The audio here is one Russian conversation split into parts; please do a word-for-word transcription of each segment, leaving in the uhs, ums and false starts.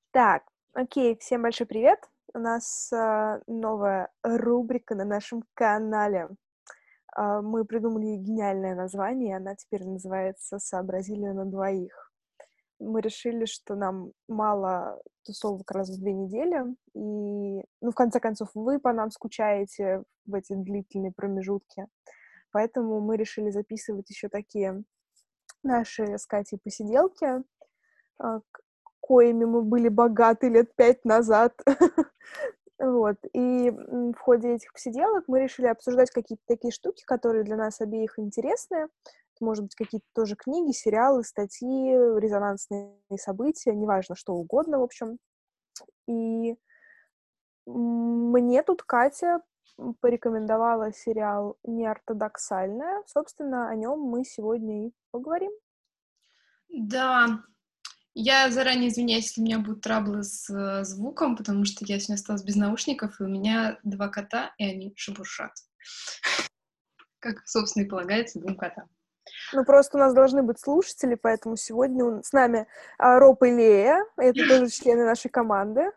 Так, окей, всем большой привет. У нас а, новая рубрика на нашем канале. А, мы придумали гениальное название, она теперь называется «Сообразили на двоих». Мы решили, что нам мало тусовок раз в две недели, и, ну, в конце концов, вы по нам скучаете в эти длительные промежутки, поэтому мы решили записывать еще такие наши с Катей посиделки, а, к коими мы были богаты лет пять назад. Вот. И, м, в ходе этих посиделок мы решили обсуждать какие-то такие штуки, которые для нас обеих интересны. Это, может быть, какие-то тоже книги, сериалы, статьи, резонансные события, неважно, что угодно, в общем. И, м, мне тут Катя, м, порекомендовала сериал "Неортодоксальная". Собственно, о нём мы сегодня и поговорим. Да, я заранее извиняюсь, если у меня будут траблы с э, звуком, потому что я сегодня осталась без наушников, и у меня два кота, и они шебуршат. Как, собственно, и полагается двум котам. Ну, просто у нас должны быть слушатели, поэтому сегодня у с нами, а, Роб и Лея. Это тоже члены нашей команды.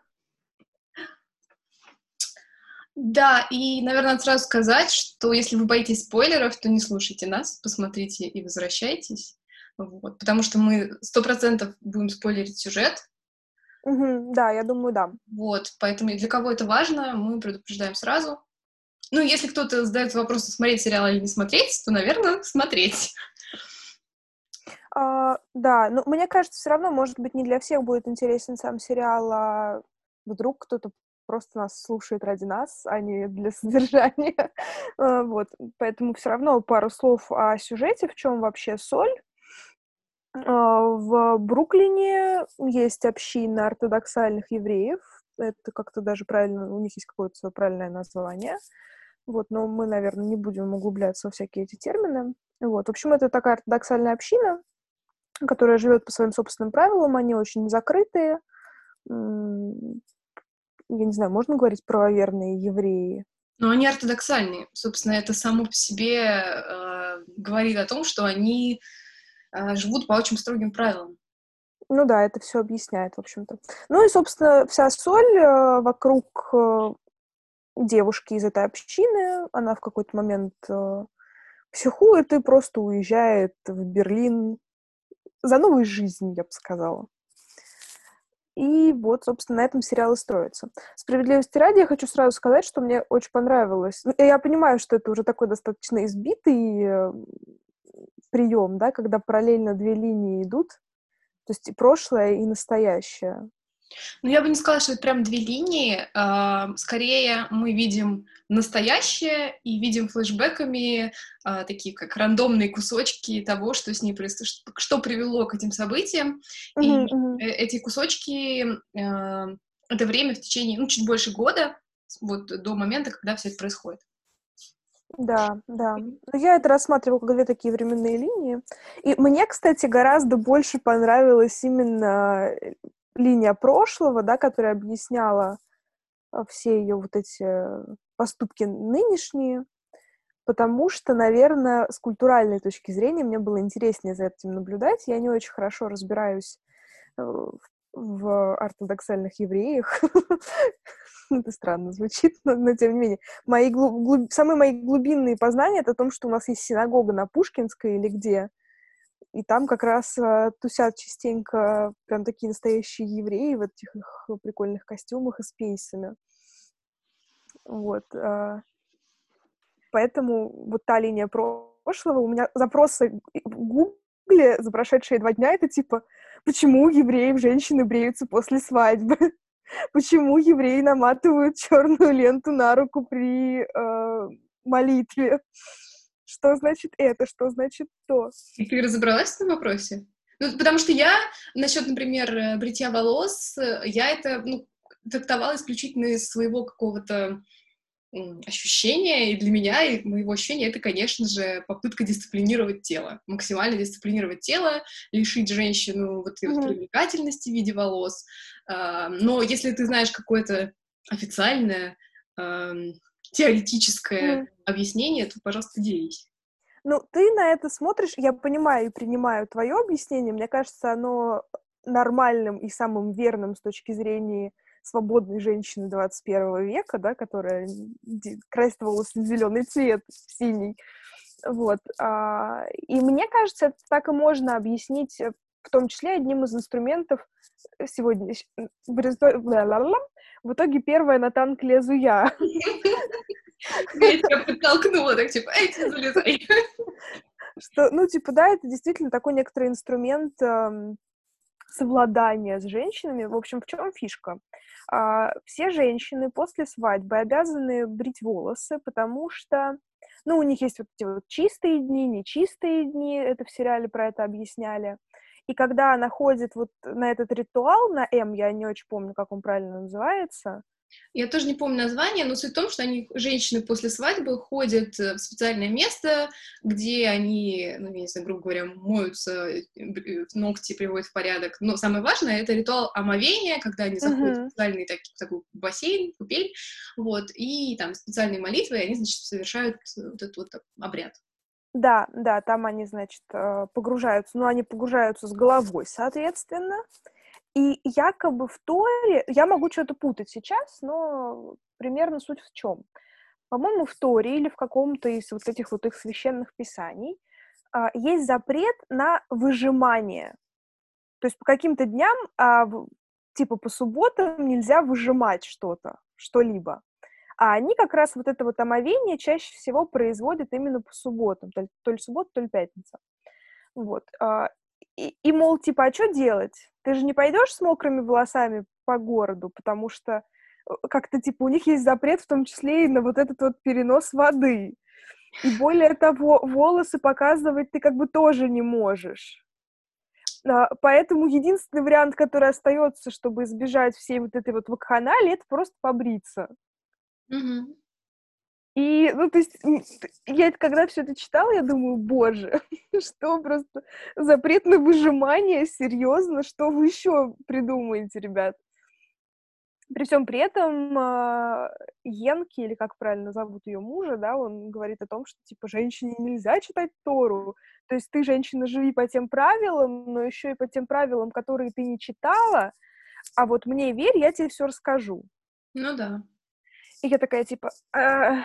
Да, и, наверное, надо сразу сказать, что если вы боитесь спойлеров, то не слушайте нас, посмотрите и возвращайтесь. Вот, потому что мы сто процентов будем спойлерить сюжет. Мгм. Да, я думаю, да. Вот, поэтому и для кого это важно, мы предупреждаем сразу. Ну, если кто-то задает вопрос, смотреть сериал или не смотреть, то, наверное, смотреть. А, да, но мне кажется, всё равно, может быть, не для всех будет интересен сам сериал, а вдруг кто-то просто нас слушает ради нас, а не для содержания. А, вот, поэтому всё равно пару слов о сюжете, в чём вообще соль. А, в Бруклине есть община ортодоксальных евреев. Это как-то даже правильно, у них есть какое-то своё правильное название. Вот, но мы, наверно, не будем углубляться во всякие эти термины. Вот, в общем, это такая ортодоксальная община, которая живёт по своим собственным правилам. Они очень закрытые. М, я не знаю, можно говорить правоверные евреи? Но они ортодоксальные. Собственно, это само по себе, э, говорит о том, что они, э, живут по очень строгим правилам. Ну да, это всё объясняет, в общем-то. Ну и, собственно, вся соль, э, вокруг, э, девушки из этой общины. Она в какой-то момент, э, психует и просто уезжает в Берлин за новой жизнью, я бы сказала. И вот, собственно, на этом сериал и строится. Справедливости ради, я хочу сразу сказать, что мне очень понравилось. Ну, я понимаю, что это уже такой достаточно избитый, э, приём, да, когда параллельно две линии идут, то есть и прошлое, и настоящее. Ну, я бы не сказала, что это прям две линии. А, скорее, мы видим настоящее и видим флэшбэками, а, такие как рандомные кусочки того, что с ней происо ш что привело к этим событиям. Мгм, И, мгм. э, эти кусочки, а, это время в течение, ну, чуть больше года, с вот до момента, когда всё это происходит. Да, да. Ну, я это рассматривала как две такие временные линии. И мне, кстати, гораздо больше понравилась именно, э, линия прошлого, да, которая объясняла, а, все её вот эти поступки нынешние, потому что, наверно, с культуральной точки зрения мне было интереснее за этим наблюдать. Я не очень хорошо разбираюсь, э, в в ортодоксальных евреях. Это странно звучит, но но тем не менее. Мои глу глуб самые мои глубинные познания- это о том, что у нас есть синагога на Пушкинской или где, и там как раз, а, тусят частенько прям такие настоящие евреи в этих их прикольных костюмах и с пейсами. Вот, а поэтому вот та линия прошлого, у меня запросы в "Гугле" за прошедшие два дня- это типа: почему у евреев женщины бреются после свадьбы? Почему евреи наматывают чёрную ленту на руку при, э, молитве? Что значит это? Что значит то? И ты разобралась в этом вопросе? Ну, потому что я насчёт, например, э, бритья волос, э, я это, ну, трактовала исключительно из своего какого-то, м, ощущения. И для меня, и моего ощущения, это, конечно же, попытка дисциплинировать тело, максимально дисциплинировать тело, лишить женщину вот этой вот Мгм. привлекательности в виде волос. А, но если ты знаешь какое-то официальное, ам, теоретическое Мгм. объяснение, то, пожалуйста, делись. Ну, ты на это смотришь, я понимаю и принимаю твоё объяснение. Мне кажется, оно нормальным и самым верным с точки зрения свободной женщины двадцать первого века, да, которая красит волосы в зеленый цвет, в синий. Вот. А, и мне кажется, это так и можно объяснить, в том числе одним из инструментов сегодня. В итоге первая на танк лезу я. Я тебя подтолкнула, так типа, эй, ты залезай. Что, ну, типа, да, это действительно такой некоторый инструмент эм, совладания с женщинами. В общем, в чем фишка? А, все женщины после свадьбы обязаны брить волосы, потому что, ну, у них есть вот эти вот чистые дни, нечистые дни, это в сериале про это объясняли. И когда она ходит вот на этот ритуал, на М, я не очень помню, как он правильно называется. Я тоже не помню название, но суть в том, что они, женщины после свадьбы, ходят в специальное место, где они, ну, я не знаю, грубо говоря, моются, ногти приводят в порядок. Но самое важное — это ритуал омовения, когда они заходят uh-huh. в специальный так, такой бассейн, купель, вот, и там специальные молитвы, и они, значит, совершают вот этот вот обряд. Да, да, там они, значит, погружаются, ну, они погружаются с головой, соответственно. И якобы в Торе, я могу что-то путать сейчас, но примерно суть в чем. По-моему, в Торе или в каком-то из вот этих вот их священных писаний а, есть запрет на выжимание. То есть по каким-то дням, а, типа по субботам, нельзя выжимать что-то, что-либо. А они как раз вот это вот омовение чаще всего производят именно по субботам, то ли, то ли суббота, то ли пятница. Вот. И, и, мол, типа, а что делать? Ты же не пойдешь с мокрыми волосами по городу, потому что как-то, типа, у них есть запрет в том числе и на вот этот вот перенос воды. И более того, волосы показывать ты как бы тоже не можешь. Поэтому единственный вариант, который остается, чтобы избежать всей вот этой вот вакханалии, это просто побриться. Mm-hmm. И, ну, то есть, я когда все это читала, я думаю, боже, что просто запрет на выжимание, серьезно, что вы еще придумаете, ребят? При всем при этом Йенки, или как правильно зовут ее мужа, да, он говорит о том, что, типа, женщине нельзя читать Тору. То есть ты, женщина, живи по тем правилам, но еще и по тем правилам, которые ты не читала, а вот мне верь, я тебе все расскажу. Ну да. И я такая, типа... Э-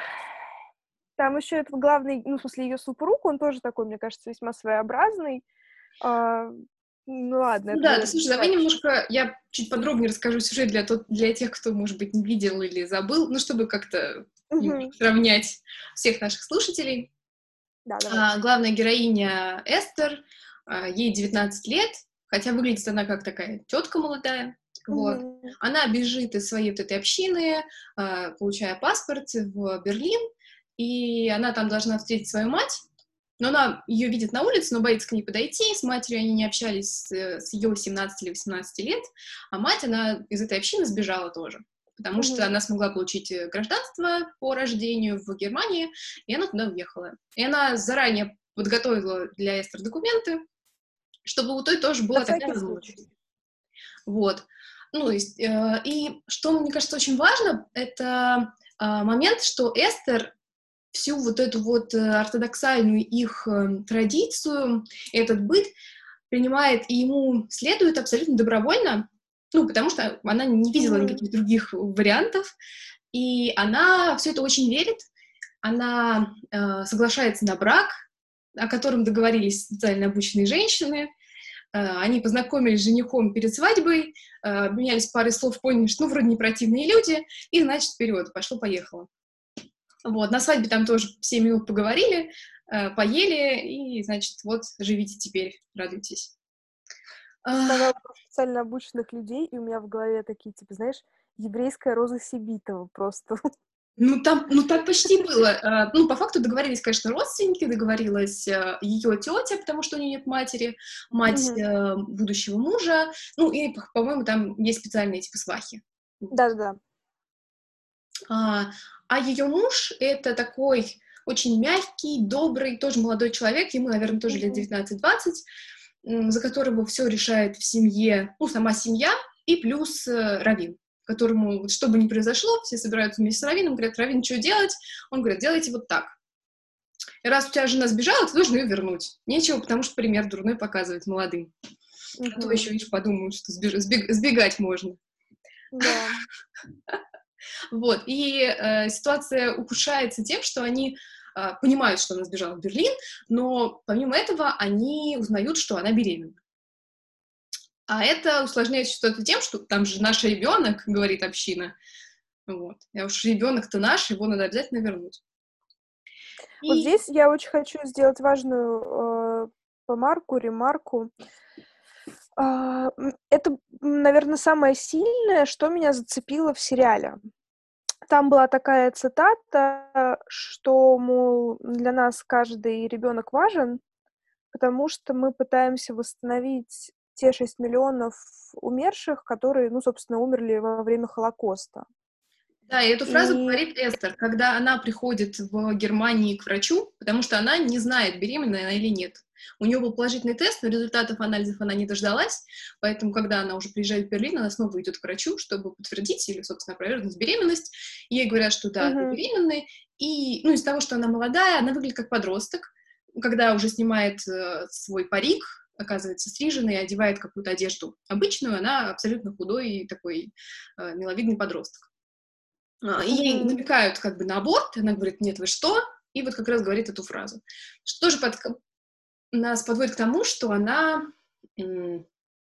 Там еще этот главный, ну, в смысле, ее супруг, он тоже такой, мне кажется, весьма своеобразный. А, ну, ладно. Ну это, да, наверное, ты слушай, давай немножко, я чуть подробнее расскажу сюжет для, тот, для тех, кто, может быть, не видел или забыл, ну, чтобы как-то uh-huh. сравнять всех наших слушателей. Да, а, главная героиня Эстер, а, ей девятнадцать лет, хотя выглядит она как такая тетка молодая. Вот. Uh-huh. Она бежит из своей вот этой общины, а, получая паспорт в Берлин, и она там должна встретить свою мать, но она ее видит на улице, но боится к ней подойти, с матерью они не общались с, с ее семнадцати или восемнадцати лет, а мать, она из этой общины сбежала тоже, потому mm-hmm. что она смогла получить гражданство по рождению в Германии, и она туда уехала. И она заранее подготовила для Эстер документы, чтобы у той тоже была такая возможность. Вот. Ну, и, э, и что, мне кажется, очень важно, это э, момент, что Эстер всю вот эту вот ортодоксальную их традицию, этот быт принимает, и ему следует абсолютно добровольно, ну, потому что она не видела mm-hmm. никаких других вариантов, и она все это очень верит, она э, соглашается на брак, о котором договорились специально обученные женщины, э, они познакомились с женихом перед свадьбой, э, обменялись парой слов, поняли, что, ну, вроде не противные люди, и, значит, вперед, пошло-поехало. Вот, на свадьбе там тоже семь минут поговорили, э, поели, и, значит, вот, живите теперь, радуйтесь. Сказала про специально обученных людей, и у меня в голове такие, типа, знаешь, еврейская Роза Сибитова просто. Ну, там, ну, так почти было. Ну, по факту договорились, конечно, родственники, договорилась ее тетя, потому что у нее нет матери, мать mm-hmm. будущего мужа, ну, и, по-моему, там есть специальные, типа, свахи. Да-да-да. А, а ее муж — это такой очень мягкий, добрый, тоже молодой человек, ему, наверное, тоже mm-hmm. лет девятнадцать-двадцать, за которого все решает в семье, ну, сама семья, и плюс э, раввин, которому, что бы ни произошло, все собираются вместе с раввином, говорят: раввин, что делать? Он говорит: делайте вот так. И раз у тебя жена сбежала, ты должен ее вернуть. Нечего, потому что пример дурной показывать молодым. А то Мгм. еще, видишь, подумают, что сбеж- сбег- сбегать можно. Да. Вот, и э, ситуация ухудшается тем, что они э, понимают, что она сбежала в Берлин, но помимо этого они узнают, что она беременна. А это усложняет что-то тем, что там же наш ребенок, говорит община. Вот. А уж ребенок-то наш, его надо обязательно вернуть. Вот И здесь я очень хочу сделать важную, э, помарку, ремарку. А, м, это, наверное, самое сильное, что меня зацепило в сериале. Там была такая цитата, что, мол, для нас каждый ребенок важен, потому что мы пытаемся восстановить те шесть миллионов умерших, которые, ну, собственно, умерли во время Холокоста. да, и эту фразу И говорит Эстер, когда она приходит в Германии к врачу, потому что она не знает, беременна она или нет. У нее был положительный тест, но результатов анализов она не дождалась, поэтому, когда она уже приезжает в Берлин, она снова идет к врачу, чтобы подтвердить или, собственно, опровергнуть беременность. И ей говорят, что да, вы Мгм. беременны, и, ну, из-за того, что она молодая, она выглядит как подросток, когда уже снимает э, свой парик, оказывается стриженный, и одевает какую-то одежду обычную, она абсолютно худой и такой э, миловидный подросток. А, и ей Мгм. намекают как бы на аборт, она говорит, нет, вы что? И вот как раз говорит эту фразу. Что же под... нас подводит к тому, что она... м,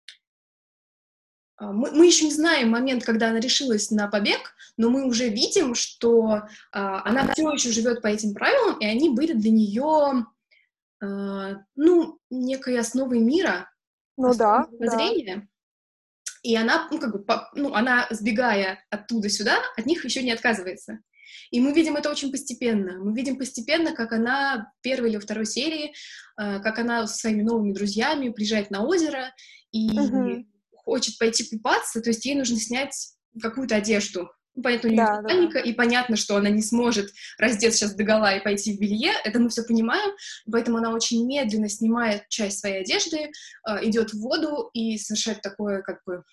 а, Мы, мы еще не знаем момент, когда она решилась на побег, но мы уже видим, что а, она все еще живет по этим правилам, и они были для нее, а, ну, некой основой мира, Ну основой да, да. мировоззрения. И она, ну, как бы, по- ну, она, сбегая оттуда сюда, от них еще не отказывается. И мы видим это очень постепенно. Мы видим постепенно, как она в первой или второй серии, э, как она со своими новыми друзьями приезжает на озеро Мгм. и хочет пойти купаться, то есть ей нужно снять какую-то одежду. Ну, понятно, у нее есть Да-да-да. паника, и понятно, что она не сможет раздеться сейчас догола и пойти в белье, это мы все понимаем, поэтому она очень медленно снимает часть своей одежды, э, идет в воду и совершает такое, как бы,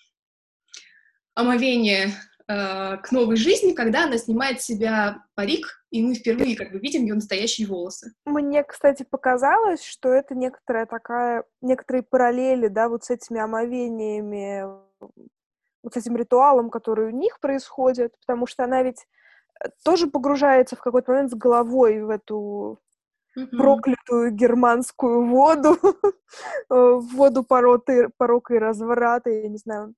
омовение э, к новой жизни, когда она снимает с себя парик, и мы впервые как бы видим ее настоящие волосы. Мне, кстати, показалось, что это некоторая такая некоторые параллели, да, вот с этими омовениями, вот с этим ритуалом, который у них происходит, потому что она ведь, э, тоже погружается в какой-то момент с головой в эту Мгм. проклятую германскую воду, э, в воду пороты порока и разврата, я не знаю.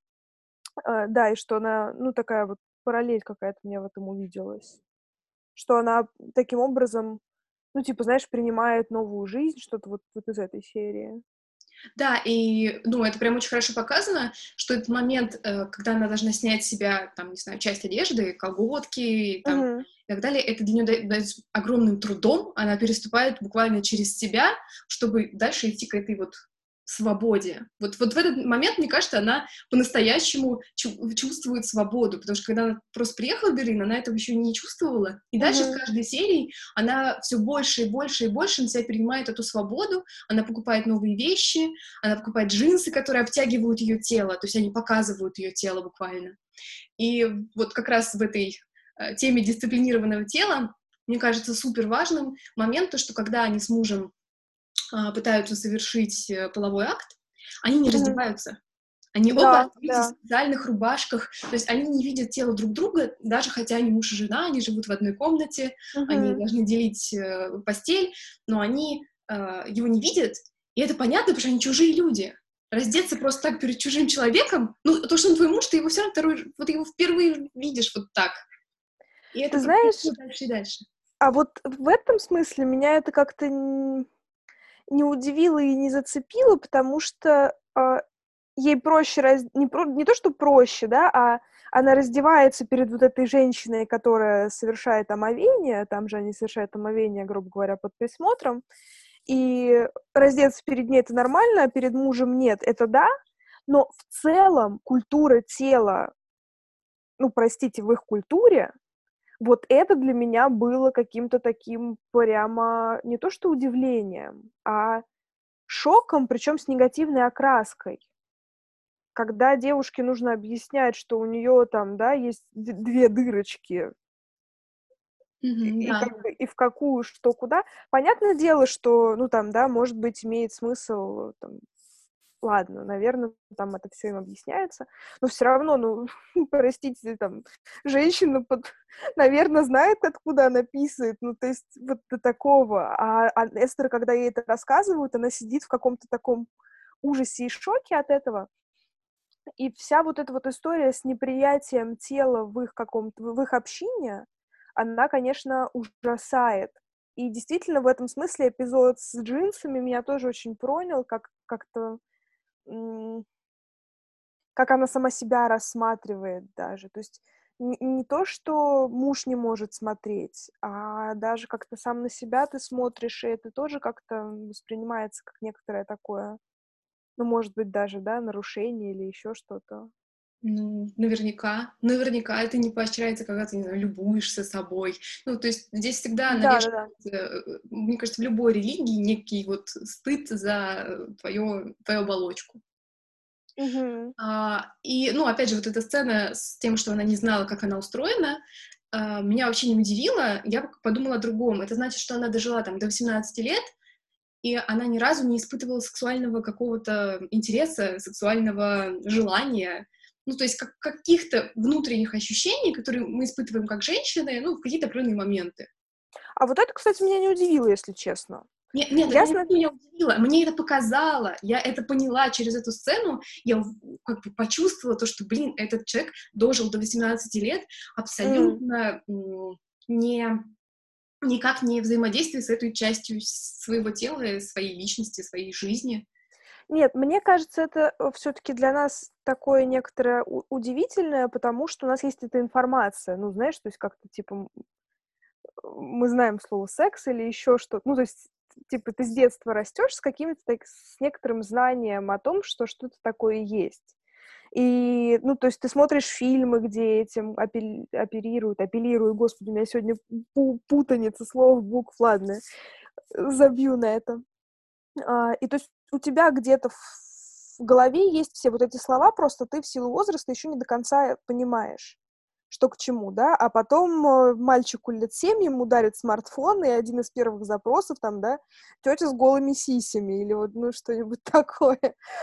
Э, да, и что она, ну, такая вот параллель какая-то мне в этом увиделась. Что она таким образом, ну, типа, знаешь, принимает новую жизнь, что-то вот вот из этой серии. Да, и, ну, это прям очень хорошо показано, что этот момент, э, когда она должна снять с себя, там, не знаю, часть одежды, колготки, там, Мгм. и так далее, это для нее дается огромным трудом, она переступает буквально через себя, чтобы дальше идти к этой вот свободе. Вот, вот в этот момент, мне кажется, она по-настоящему чу- чувствует свободу, потому что когда она просто приехала в Берлин, она этого еще не чувствовала, и дальше с Мгм. каждой серией она все больше и больше и больше на себя принимает эту свободу, она покупает новые вещи, она покупает джинсы, которые обтягивают ее тело, то есть они показывают ее тело буквально. И вот как раз в этой э, теме дисциплинированного тела, мне кажется, супер важным момент, то, что когда они с мужем а, пытаются совершить э, половой акт, они не Мгм. раздеваются. Они оба Да, остаются в да. специальных рубашках, то есть они не видят тело друг друга, даже хотя они муж и жена, они живут в одной комнате, они Мгм. должны делить э, постель, но они э, его не видят, и это понятно, потому что они чужие люди. Раздеться просто так перед чужим человеком, ну, то, что он твой муж, ты его все равно второй, вот его впервые видишь вот так. И это Ты знаешь, происходит дальше и дальше. а вот в этом смысле меня это как-то н не удивило и не зацепило, потому что, а, ей проще раз не про не то, что проще, да, а она раздевается перед вот этой женщиной, которая совершает омовение, там же они совершают омовение, грубо говоря, под присмотром, и раздеться перед ней — это нормально, а перед мужем — нет. Это да, но в целом культура тела, ну, простите, в их культуре, вот это для меня было каким-то таким прямо не то что удивлением, а шоком, причем с негативной окраской. Когда девушке нужно объяснять, что у нее там, да, есть д две дырочки, и Мгм, и да. как бы и в какую, что, куда. Понятное дело, что, ну, там, да, может быть, имеет смысл там ладно, наверное, там это все им объясняется, но все равно, ну, простите, там, женщина, под, наверное, знает, откуда она писает, ну, то есть вот до такого. А, а Эстер, когда ей это рассказывают, она сидит в каком-то таком ужасе и шоке от этого. И вся вот эта вот история с неприятием тела в их каком-то, в их общине, она, конечно, ужасает. И действительно, в этом смысле эпизод с джинсами меня тоже очень пронял, как как-то м, как она сама себя рассматривает даже. То есть н- не то, что муж не может смотреть, а даже как-то сам на себя ты смотришь, и это тоже как-то воспринимается как некоторое такое, ну, может быть, даже, да, нарушение или еще что-то. Ну, наверняка, наверняка это не поощряется, когда ты, не знаю, любуешься собой. Ну, то есть здесь всегда Да-да-да. навешивается, э, мне кажется, в любой религии некий вот стыд за твою, твою оболочку. Мгм. А, и, ну, опять же, вот эта сцена с тем, что она не знала, как она устроена, а, меня вообще не удивило. Я подумала о другом. Это значит, что она дожила там до восемнадцати лет, и она ни разу не испытывала сексуального какого-то интереса, сексуального желания. Ну, то есть как, каких-то внутренних ощущений, которые мы испытываем как женщины, ну, в какие-то определенные моменты. А вот это, кстати, меня не удивило, если честно. Нет, нет, это не Ясно? меня удивило, мне это показало, я это поняла через эту сцену, я в- как бы почувствовала то, что, блин, этот человек дожил до восемнадцати лет М. абсолютно м, не, никак не взаимодействуя с этой частью своего тела, своей личности, своей жизни. Нет, мне кажется, это все таки для нас такое некоторое у удивительное, потому что у нас есть эта информация. Ну, знаешь, то есть как-то типа, м, мы знаем слово секс или еще что-то. Ну, то есть, типа, ты с детства растешь с каким-то так с некоторым знанием о том, что что-то такое есть. И, ну, то есть ты смотришь фильмы, где этим апель апеллируют апеллируют, господи, у меня сегодня пу путаница слов, букв, ладно, забью на это. А, и то есть у тебя где-то в голове есть все вот эти слова, просто ты в силу возраста еще не до конца понимаешь, что к чему, да, а потом э, мальчику лет семь, ему дарит смартфон, и один из первых запросов там, да, тетя с голыми сисями или вот, ну, что-нибудь такое.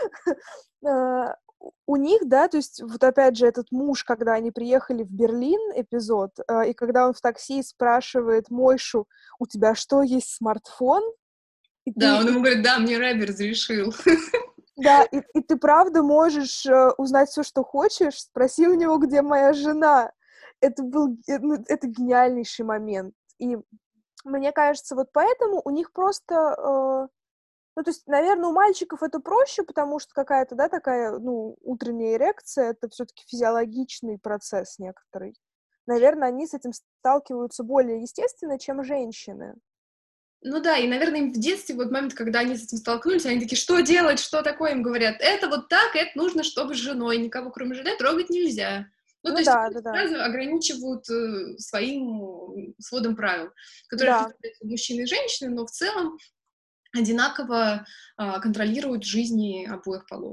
А, у у них, да, то есть вот опять же этот муж, когда они приехали в Берлин, эпизод, а, и когда он в такси спрашивает Мойшу: "У тебя что, есть смартфон?" И Да, ты он и ему говорит, да, мне Рэбби разрешил. Да, и и ты правда можешь, э, узнать все, что хочешь. Спроси у него, где моя жена. Это был, э, ну, это гениальнейший момент. И мне кажется, вот поэтому у них просто, э, ну, то есть, наверно, у мальчиков это проще, потому что какая-то, да, такая, ну, утренняя эрекция — это все таки физиологичный процесс некоторый. Наверно, они с этим сталкиваются более естественно, чем женщины. Ну да, и, наверное, им в детстве, вот момент, когда они с этим столкнулись, они такие, что делать, что такое? Им говорят, это вот так, это нужно, чтобы с женой, никого кроме жены трогать нельзя. Ну, то Ну есть да, они да-да. сразу ограничивают э, своим э, сводом правил, которые Да. касаются мужчин и женщин, но в целом одинаково а, контролируют жизни обоих полов.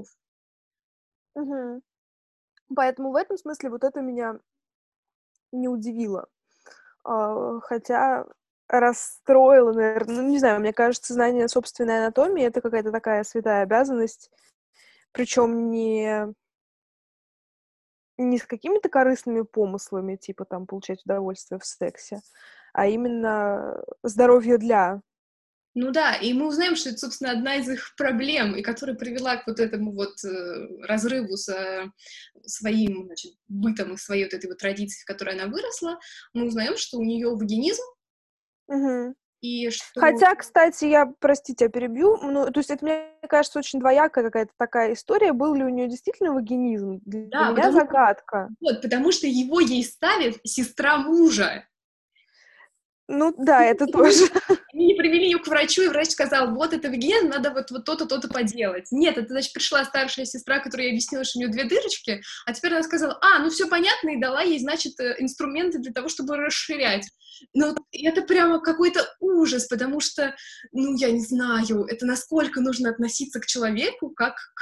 Мгм. Поэтому в этом смысле вот это меня не удивило. А, хотя расстроило, наверно. Ну, не знаю, мне кажется, знание собственной анатомии — это какая-то такая святая обязанность, причем не не с какими-то корыстными помыслами, типа там получать удовольствие в сексе, а именно здоровье для. Ну да, и мы узнаем, что это, собственно, одна из их проблем, и которая привела к вот этому вот э, разрыву со своим, значит, бытом и своей вот этой вот традицией, в которой она выросла. Мы узнаем, что у нее вагинизм, Мгм. и что... Хотя, кстати, я, прости, тебя перебью, ну, то есть это, мне кажется, очень двоякая какая-то такая история. Был ли у нее действительно вагинизм? Для Да, меня потому, загадка. вот, потому что его ей ставит сестра мужа. Ну да, это Это не тоже. Они не привели ее к врачу, и врач сказал, вот это веген, надо вот, вот то-то, то-то поделать. Нет, это, значит, пришла старшая сестра, которая ей объяснила, что у нее две дырочки, а теперь она сказала, а, ну все понятно, и дала ей, значит, э, инструменты для того, чтобы расширять. Но это прямо какой-то ужас, потому что, ну, я не знаю, это насколько нужно относиться к человеку, как к,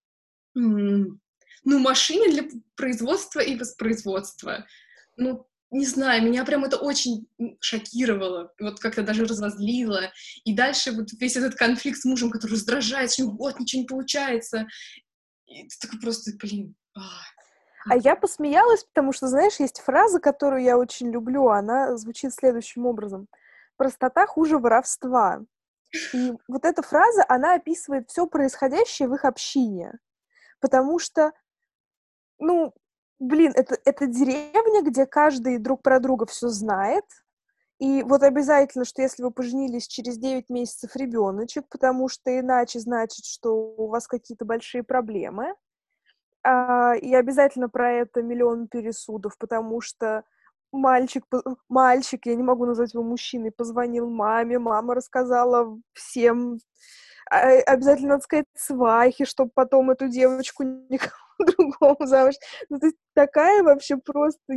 м, ну, машине для производства и воспроизводства. Ну, не знаю, меня прям это очень шокировало, вот как-то даже разозлило. И дальше вот весь этот конфликт с мужем, который раздражает, что вот, ничего не получается. И ты такой просто, блин, а, А как... я посмеялась, потому что, знаешь, есть фраза, которую я очень люблю, она звучит следующим образом. «Простота хуже воровства». И вот эта фраза, она описывает все происходящее в их общине. Потому что, ну, блин, это, это деревня, где каждый друг про друга все знает. И вот обязательно, что если вы поженились через девять месяцев ребеночек, потому что иначе значит, что у вас какие-то большие проблемы. А, и обязательно про это миллион пересудов, потому что мальчик, по- мальчик, я не могу назвать его мужчиной, позвонил маме, мама рассказала всем. А, обязательно надо сказать свахе, чтобы потом эту девочку никому другому замуж. Ну, то есть такая вообще просто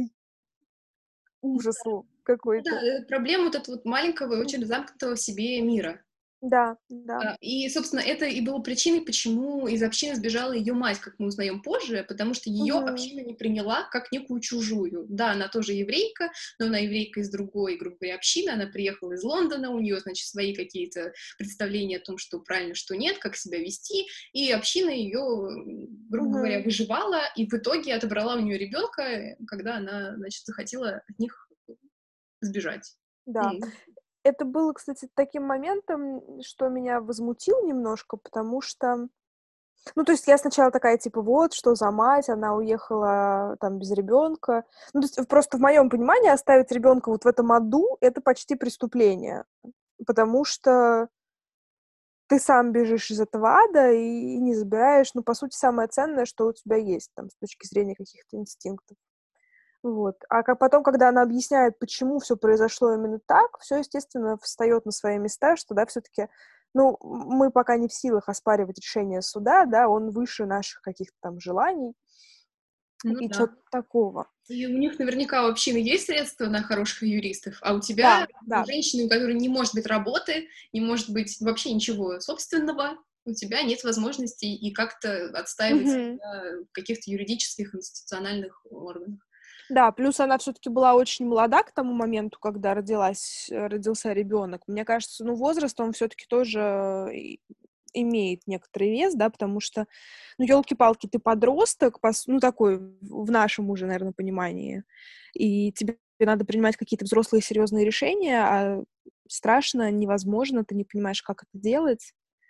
ужас Да, какой-то. э, проблема вот этого вот маленького, очень замкнутого в себе мира. Да, да. А, и, собственно, это и было причиной, почему из общины сбежала ее мать, как мы узнаем позже, потому что ее Мгм. община не приняла как некую чужую. Да, она тоже еврейка, но она еврейка из другой, грубо говоря, общины, она приехала из Лондона, у нее, значит, свои какие-то представления о том, что правильно, что нет, как себя вести, и община ее, грубо говоря, Мгм. выживала, и в итоге отобрала у нее ребенка, когда она, значит, захотела от них сбежать. Да. Ну, Это было, кстати, таким моментом, что меня возмутило немножко, потому что, ну, то есть я сначала такая, типа, вот, что за мать, она уехала там без ребенка. Ну, то есть просто в моем понимании оставить ребенка вот в этом аду — это почти преступление, потому что ты сам бежишь из этого ада и не забираешь, ну, по сути, самое ценное, что у тебя есть там с точки зрения каких-то инстинктов. Вот. А как потом, когда она объясняет, почему все произошло именно так, все, естественно, встает на свои места, что, да, все-таки, ну, мы пока не в силах оспаривать решение суда, да, он выше наших каких-то там желаний ну и да. чё-то такого. И у них наверняка у общины есть средства на хороших юристов, а у тебя, Да, у да. женщины, у которой не может быть работы, не может быть вообще ничего собственного, у тебя нет возможности и как-то отстаивать Мгм. себя в каких-то юридических, институциональных органах. Да, плюс она все-таки была очень молода к тому моменту, когда родилась, э, родился ребенок. Мне кажется, ну, возраст, он все-таки тоже э, и- имеет некоторый вес, да, потому что, ну, елки-палки, ты подросток, пос- ну, такой в в нашем уже, наверное, понимании, и тебе надо принимать какие-то взрослые серьезные решения, а страшно, невозможно, ты не понимаешь, как это делать.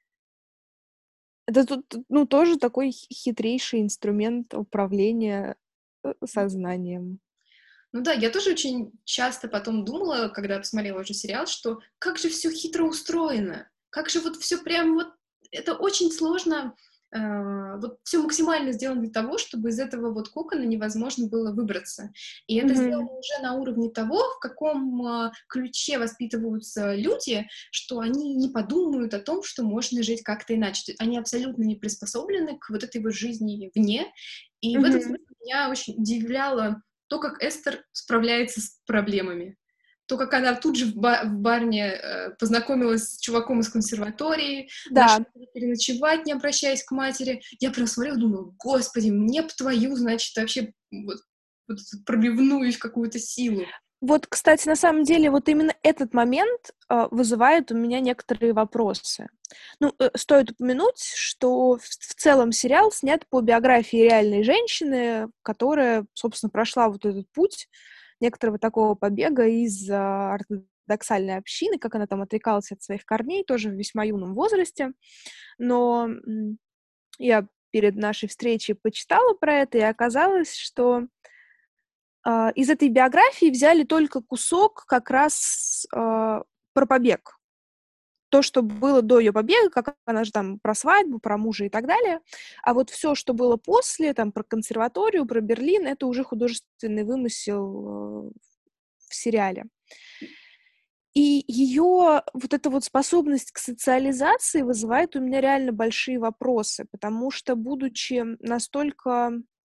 Это тут, ну, тоже такой хи- хитрейший инструмент управления э, сознанием. Ну да, я тоже очень часто потом думала, когда посмотрела уже сериал, что как же все хитро устроено, как же вот все прям вот, это очень сложно, э, вот все максимально сделано для того, чтобы из этого вот кокона невозможно было выбраться. И это Мгм. сделано уже на уровне того, в каком э, ключе воспитываются люди, что они не подумают о том, что можно жить как-то иначе. Они абсолютно не приспособлены к вот этой вот жизни вне. И в этом Мгм. смысле меня очень удивляло то, как Эстер справляется с проблемами, то, как она тут же в, ба- в барне э, познакомилась с чуваком из консерватории, нашла Да, где переночевать, не обращаясь к матери. Я прям смотрела, думаю, господи, мне б твою, значит, вообще вот, вот эту пробивную какую-то силу. вот, кстати, на самом деле, вот именно этот момент а, вызывает у меня некоторые вопросы. Ну, э, стоит упомянуть, что в, в целом сериал снят по биографии реальной женщины, которая, собственно, прошла вот этот путь некоторого такого побега из а, ортодоксальной общины, как она там отрекалась от своих корней, тоже в весьма юном возрасте. Но м, я перед нашей встречей почитала про это, и оказалось, что а, из этой биографии взяли только кусок как раз а, про побег. То, что было до ее побега, как она же там про свадьбу, про мужа и так далее. А вот все, что было после, там про консерваторию, про Берлин, это уже художественный вымысел э, в сериале. И ее вот эта вот способность к социализации вызывает у меня реально большие вопросы, потому что, будучи настолько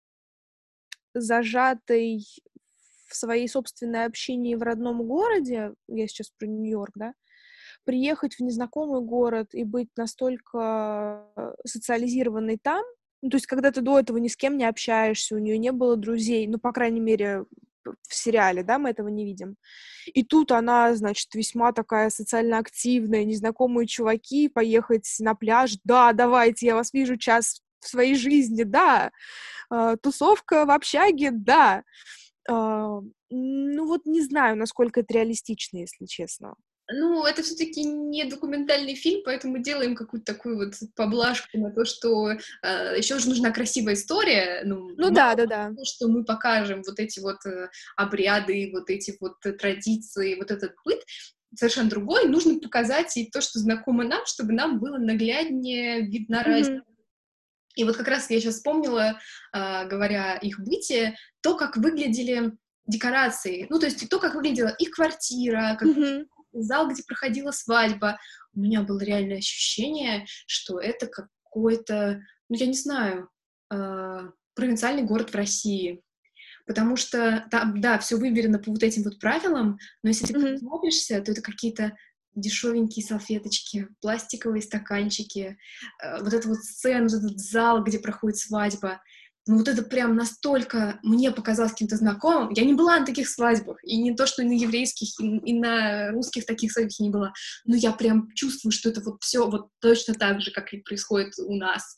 зажатой в своей собственной общине в родном городе, я сейчас про Нью-Йорк, да, приехать в незнакомый город и быть настолько э, социализированной там, ну, то есть когда ты до этого ни с кем не общаешься, у нее не было друзей, ну, по крайней мере, в сериале, да, мы этого не видим. И тут она, значит, весьма такая социально активная, незнакомые чуваки, поехать на пляж, да, давайте, я вас вижу час в своей жизни, да, э, тусовка в общаге, да. Э, ну вот не знаю, насколько это реалистично, если честно. Ну, это все-таки не документальный фильм, поэтому делаем какую-то такую вот поблажку на то, что э, еще же нужна красивая история. Ну, Ну да, мало да, да. того, что мы покажем вот эти вот э, обряды, вот эти вот э, традиции, вот этот быт, совершенно другой. Нужно показать и то, что знакомо нам, чтобы нам было нагляднее видна разница. Мгм. И вот как раз я сейчас вспомнила, а, говоря о их быте, то, как выглядели декорации. Ну, то есть то, как выглядела их квартира, как выглядел Мгм. зал, где проходила свадьба. У меня было реальное ощущение, что это какой-то, ну, я не знаю, а, провинциальный город в России. Потому что там, да, все выверено по вот этим вот правилам, но если ты Мгм. присмотришься, то это какие-то дешевенькие салфеточки, пластиковые стаканчики, э, вот эта вот сцена, вот этот зал, где проходит свадьба. Ну, вот это прям настолько мне показалось каким-то знакомым. Я не была на таких свадьбах, и не то, что и на еврейских, и, и на русских таких свадьбах не была, но я прям чувствую, что это вот все вот точно так же, как и происходит у нас.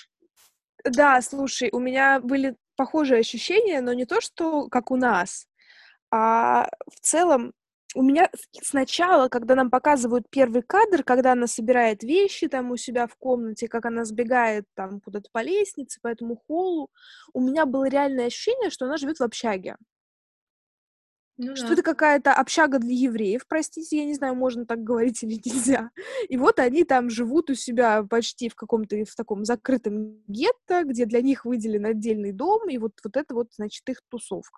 Да, слушай, у меня были похожие ощущения, но не то, что как у нас, а в целом у меня с- сначала, когда нам показывают первый кадр, когда она собирает вещи там у себя в комнате, как она сбегает там куда-то по лестнице, по этому холлу, у меня было реальное ощущение, что она живет в общаге. Ну Что да. это какая-то общага для евреев, простите, я не знаю, можно так говорить или нельзя. И вот они там живут у себя почти в каком-то в таком закрытом гетто, где для них выделен отдельный дом, и вот, вот это вот, значит, их тусовка.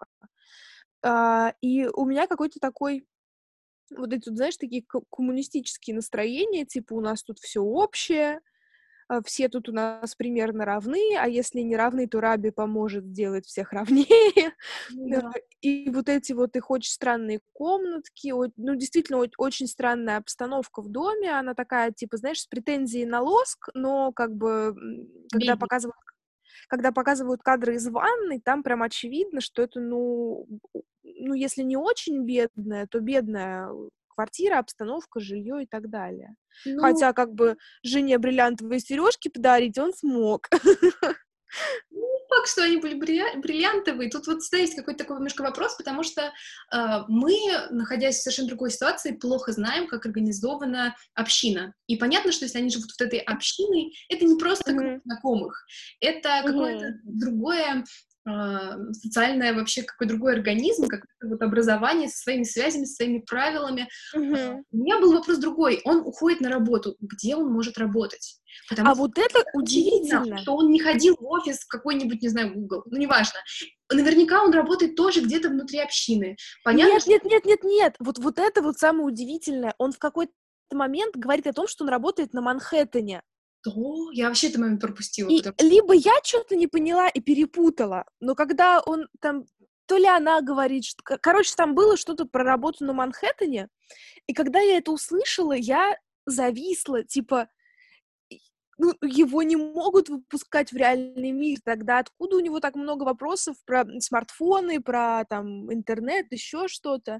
А, и у меня какой-то такой, вот эти, вот, знаешь, такие ко- коммунистические настроения, типа у нас тут все общее, а, все тут у нас примерно равны, а если не равны, то Раби поможет сделать всех равнее. Ну Э, да. и вот эти вот их очень странные комнатки, о ну, действительно, о очень странная обстановка в доме. Она такая, типа, знаешь, с претензией на лоск, но как бы, м, когда Бедненько. показывают когда показывают кадры из ванной, там прям очевидно, что это, ну, у ну, если не очень бедная, то бедная квартира, обстановка, жилье и так далее. Ну, Хотя как бы жене бриллиантовые сережки подарить он смог. Ну, не факт, что они были брилля- бриллиантовые. Тут вот всегда есть какой-то такой немножко вопрос, потому что э, мы, находясь в совершенно другой ситуации, плохо знаем, как организована община. И понятно, что если они живут вот этой общиной, это не просто круг Мгм. знакомых, это какое-то Мгм. другое э, социальное вообще какой другой организм, какое-то вот образование со своими связями, со своими правилами. А, Мгм. У меня был вопрос другой. Он уходит на работу. Где он может работать? Потому А что вот это очевидно, удивительно. что он не ходил в офис в какой-нибудь, не знаю, Google, ну, неважно. Наверняка он работает тоже где-то внутри общины. Понятно, Нет, что нет, нет, нет, нет. Вот, вот это вот самое удивительное. Он в какой-то момент говорит о том, что он работает на Манхэттене. то я вообще этот момент пропустила, И потому либо я что-то не поняла и перепутала, но когда он там, то ли она говорит, что... к- Короче, там было что-то про работу на Манхэттене, и когда я это услышала, я зависла, типа, и- ну, его не могут выпускать в реальный мир, тогда откуда у него так много вопросов про смартфоны, про там интернет, еще что-то?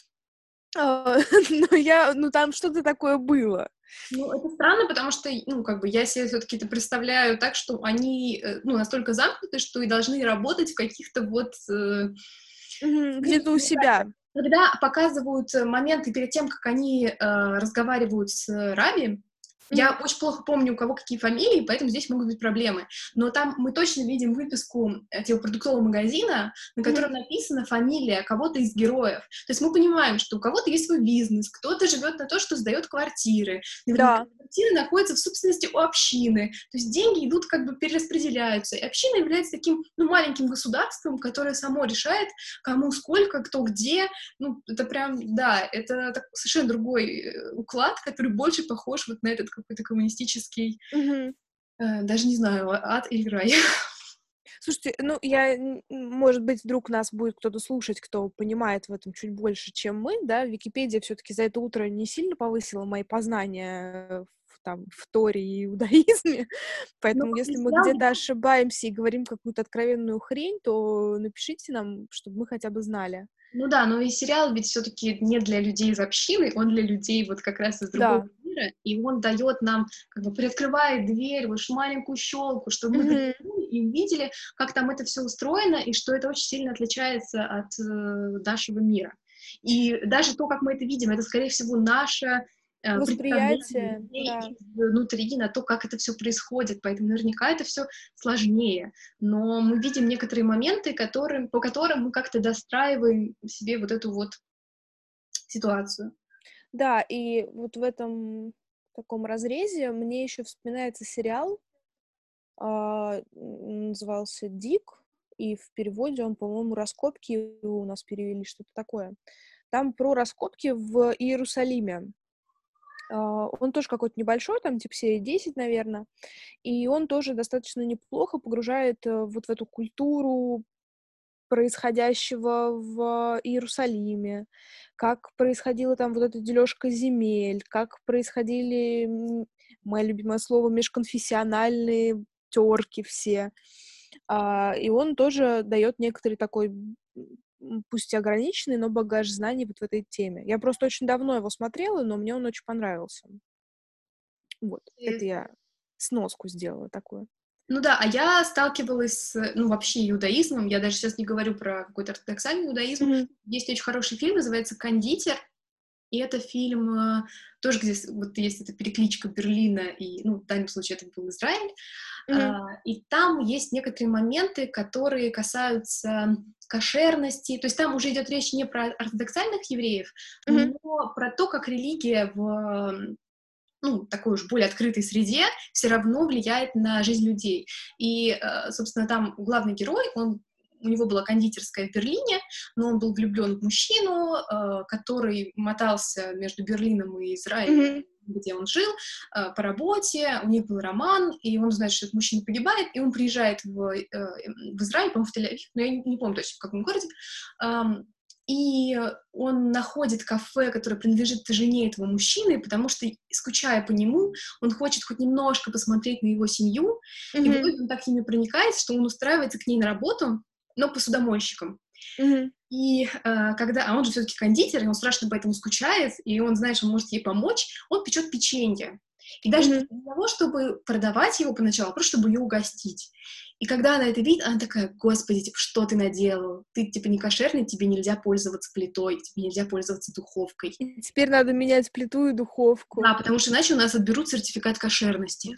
А, но я, ну, там что-то такое было. ну, это странно, потому что, ну, как бы я себе все-таки это представляю так, что они, э, ну, настолько замкнуты, что и должны работать в каких-то вот э, Мгм, ну, где-то у мне кажется, себя. когда показывают э, моменты перед тем, как они э, разговаривают с Раби, Мгм, я очень плохо помню, у кого какие фамилии, поэтому здесь могут быть проблемы. Но там мы точно видим выписку этого продуктового магазина, на мгм. котором написана фамилия кого-то из героев. То есть мы понимаем, что у кого-то есть свой бизнес, кто-то живет на то, что сдает квартиры. Наверняка Да. квартиры находятся в собственности у общины. То есть деньги идут, как бы перераспределяются. И община является таким, ну, маленьким государством, которое само решает, кому сколько, кто где. Ну, это прям, да, это так- совершенно другой э, уклад, который больше похож вот на этот какой-то коммунистический, Мгм. э, даже не знаю, а- ад или рай. Слушайте, ну, я, н н может быть, вдруг нас будет кто-то слушать, кто понимает в этом чуть больше, чем мы, да. Википедия все таки за это утро не сильно повысила мои познания в, там, в Торе и иудаизме, Ну, поэтому если мы сериал где-то ошибаемся и говорим какую-то откровенную хрень, то напишите нам, чтобы мы хотя бы знали. Ну да, но и сериал ведь все-таки не для людей из общины, он для людей вот как раз из другого Да. мира, и он дает нам, как бы приоткрывает дверь, вот маленькую щелку, чтобы мы Мгм. заглянули и увидели, как там это все устроено, и что это очень сильно отличается от э, нашего мира. И даже то, как мы это видим, это, скорее всего, наше э, представление Восприятие, людей да. изнутри на то, как это все происходит, поэтому наверняка это все сложнее. Но мы видим некоторые моменты, которым, по которым мы как-то достраиваем себе вот эту вот ситуацию. Да, и вот в этом таком разрезе мне еще вспоминается сериал, а, м, назывался «Дик», и в переводе он, по-моему, «Раскопки» у нас перевели, что-то такое. Там про раскопки в Иерусалиме. А, он тоже какой-то небольшой, там типа серии десять, наверное, и он тоже достаточно неплохо погружает э, вот в эту культуру происходящего в Иерусалиме, как происходила там вот эта дележка земель, как происходили, м, мое любимое слово, межконфессиональные терки все. А, и он тоже дает некоторый такой, м, пусть и ограниченный, но багаж знаний вот в этой теме. Я просто очень давно его смотрела, но мне он очень понравился. Вот, это Интересно. я сноску сделала такую. Ну да, а я сталкивалась с, ну, вообще иудаизмом, я даже сейчас не говорю про какой-то ортодоксальный иудаизм. Мгм. Есть очень хороший фильм, называется «Кондитер», и это фильм э, тоже, где с- вот есть эта перекличка Берлина, и, ну, в данном случае это был Израиль. Мгм. А, и там есть некоторые моменты, которые касаются кошерности, то есть там уже идет речь не про ортодоксальных евреев, Мгм. но про то, как религия в ну, такой уж более открытой среде все равно влияет на жизнь людей. И, э, собственно, там главный герой, он у него была кондитерская в Берлине, но он был влюблен в мужчину, э, который мотался между Берлином и Израилем, Мгм. где он жил, э, по работе, у них был роман, и он знает, что этот мужчина погибает, и он приезжает в, э, в Израиль, по-моему, в Тель-Авив, но я не, не помню точно, в каком городе, эм, и он находит кафе, которое принадлежит жене этого мужчины, потому что, скучая по нему, он хочет хоть немножко посмотреть на его семью, и в Мгм. итоге он так с ними проникается, что он устраивается к ней на работу, но посудомойщиком. Мгм. И э, когда, а он же все-таки кондитер, и он страшно поэтому скучает, и он знает, что он может ей помочь, он печет печенье. И даже не Мгм. для того, чтобы продавать его поначалу, а просто чтобы ее угостить. И когда она это видит, она такая: господи, типа, что ты наделал? Ты, типа, не кошерный, тебе нельзя пользоваться плитой, тебе нельзя пользоваться духовкой. И теперь надо менять плиту и Да, духовку. потому что иначе у нас отберут сертификат кошерности.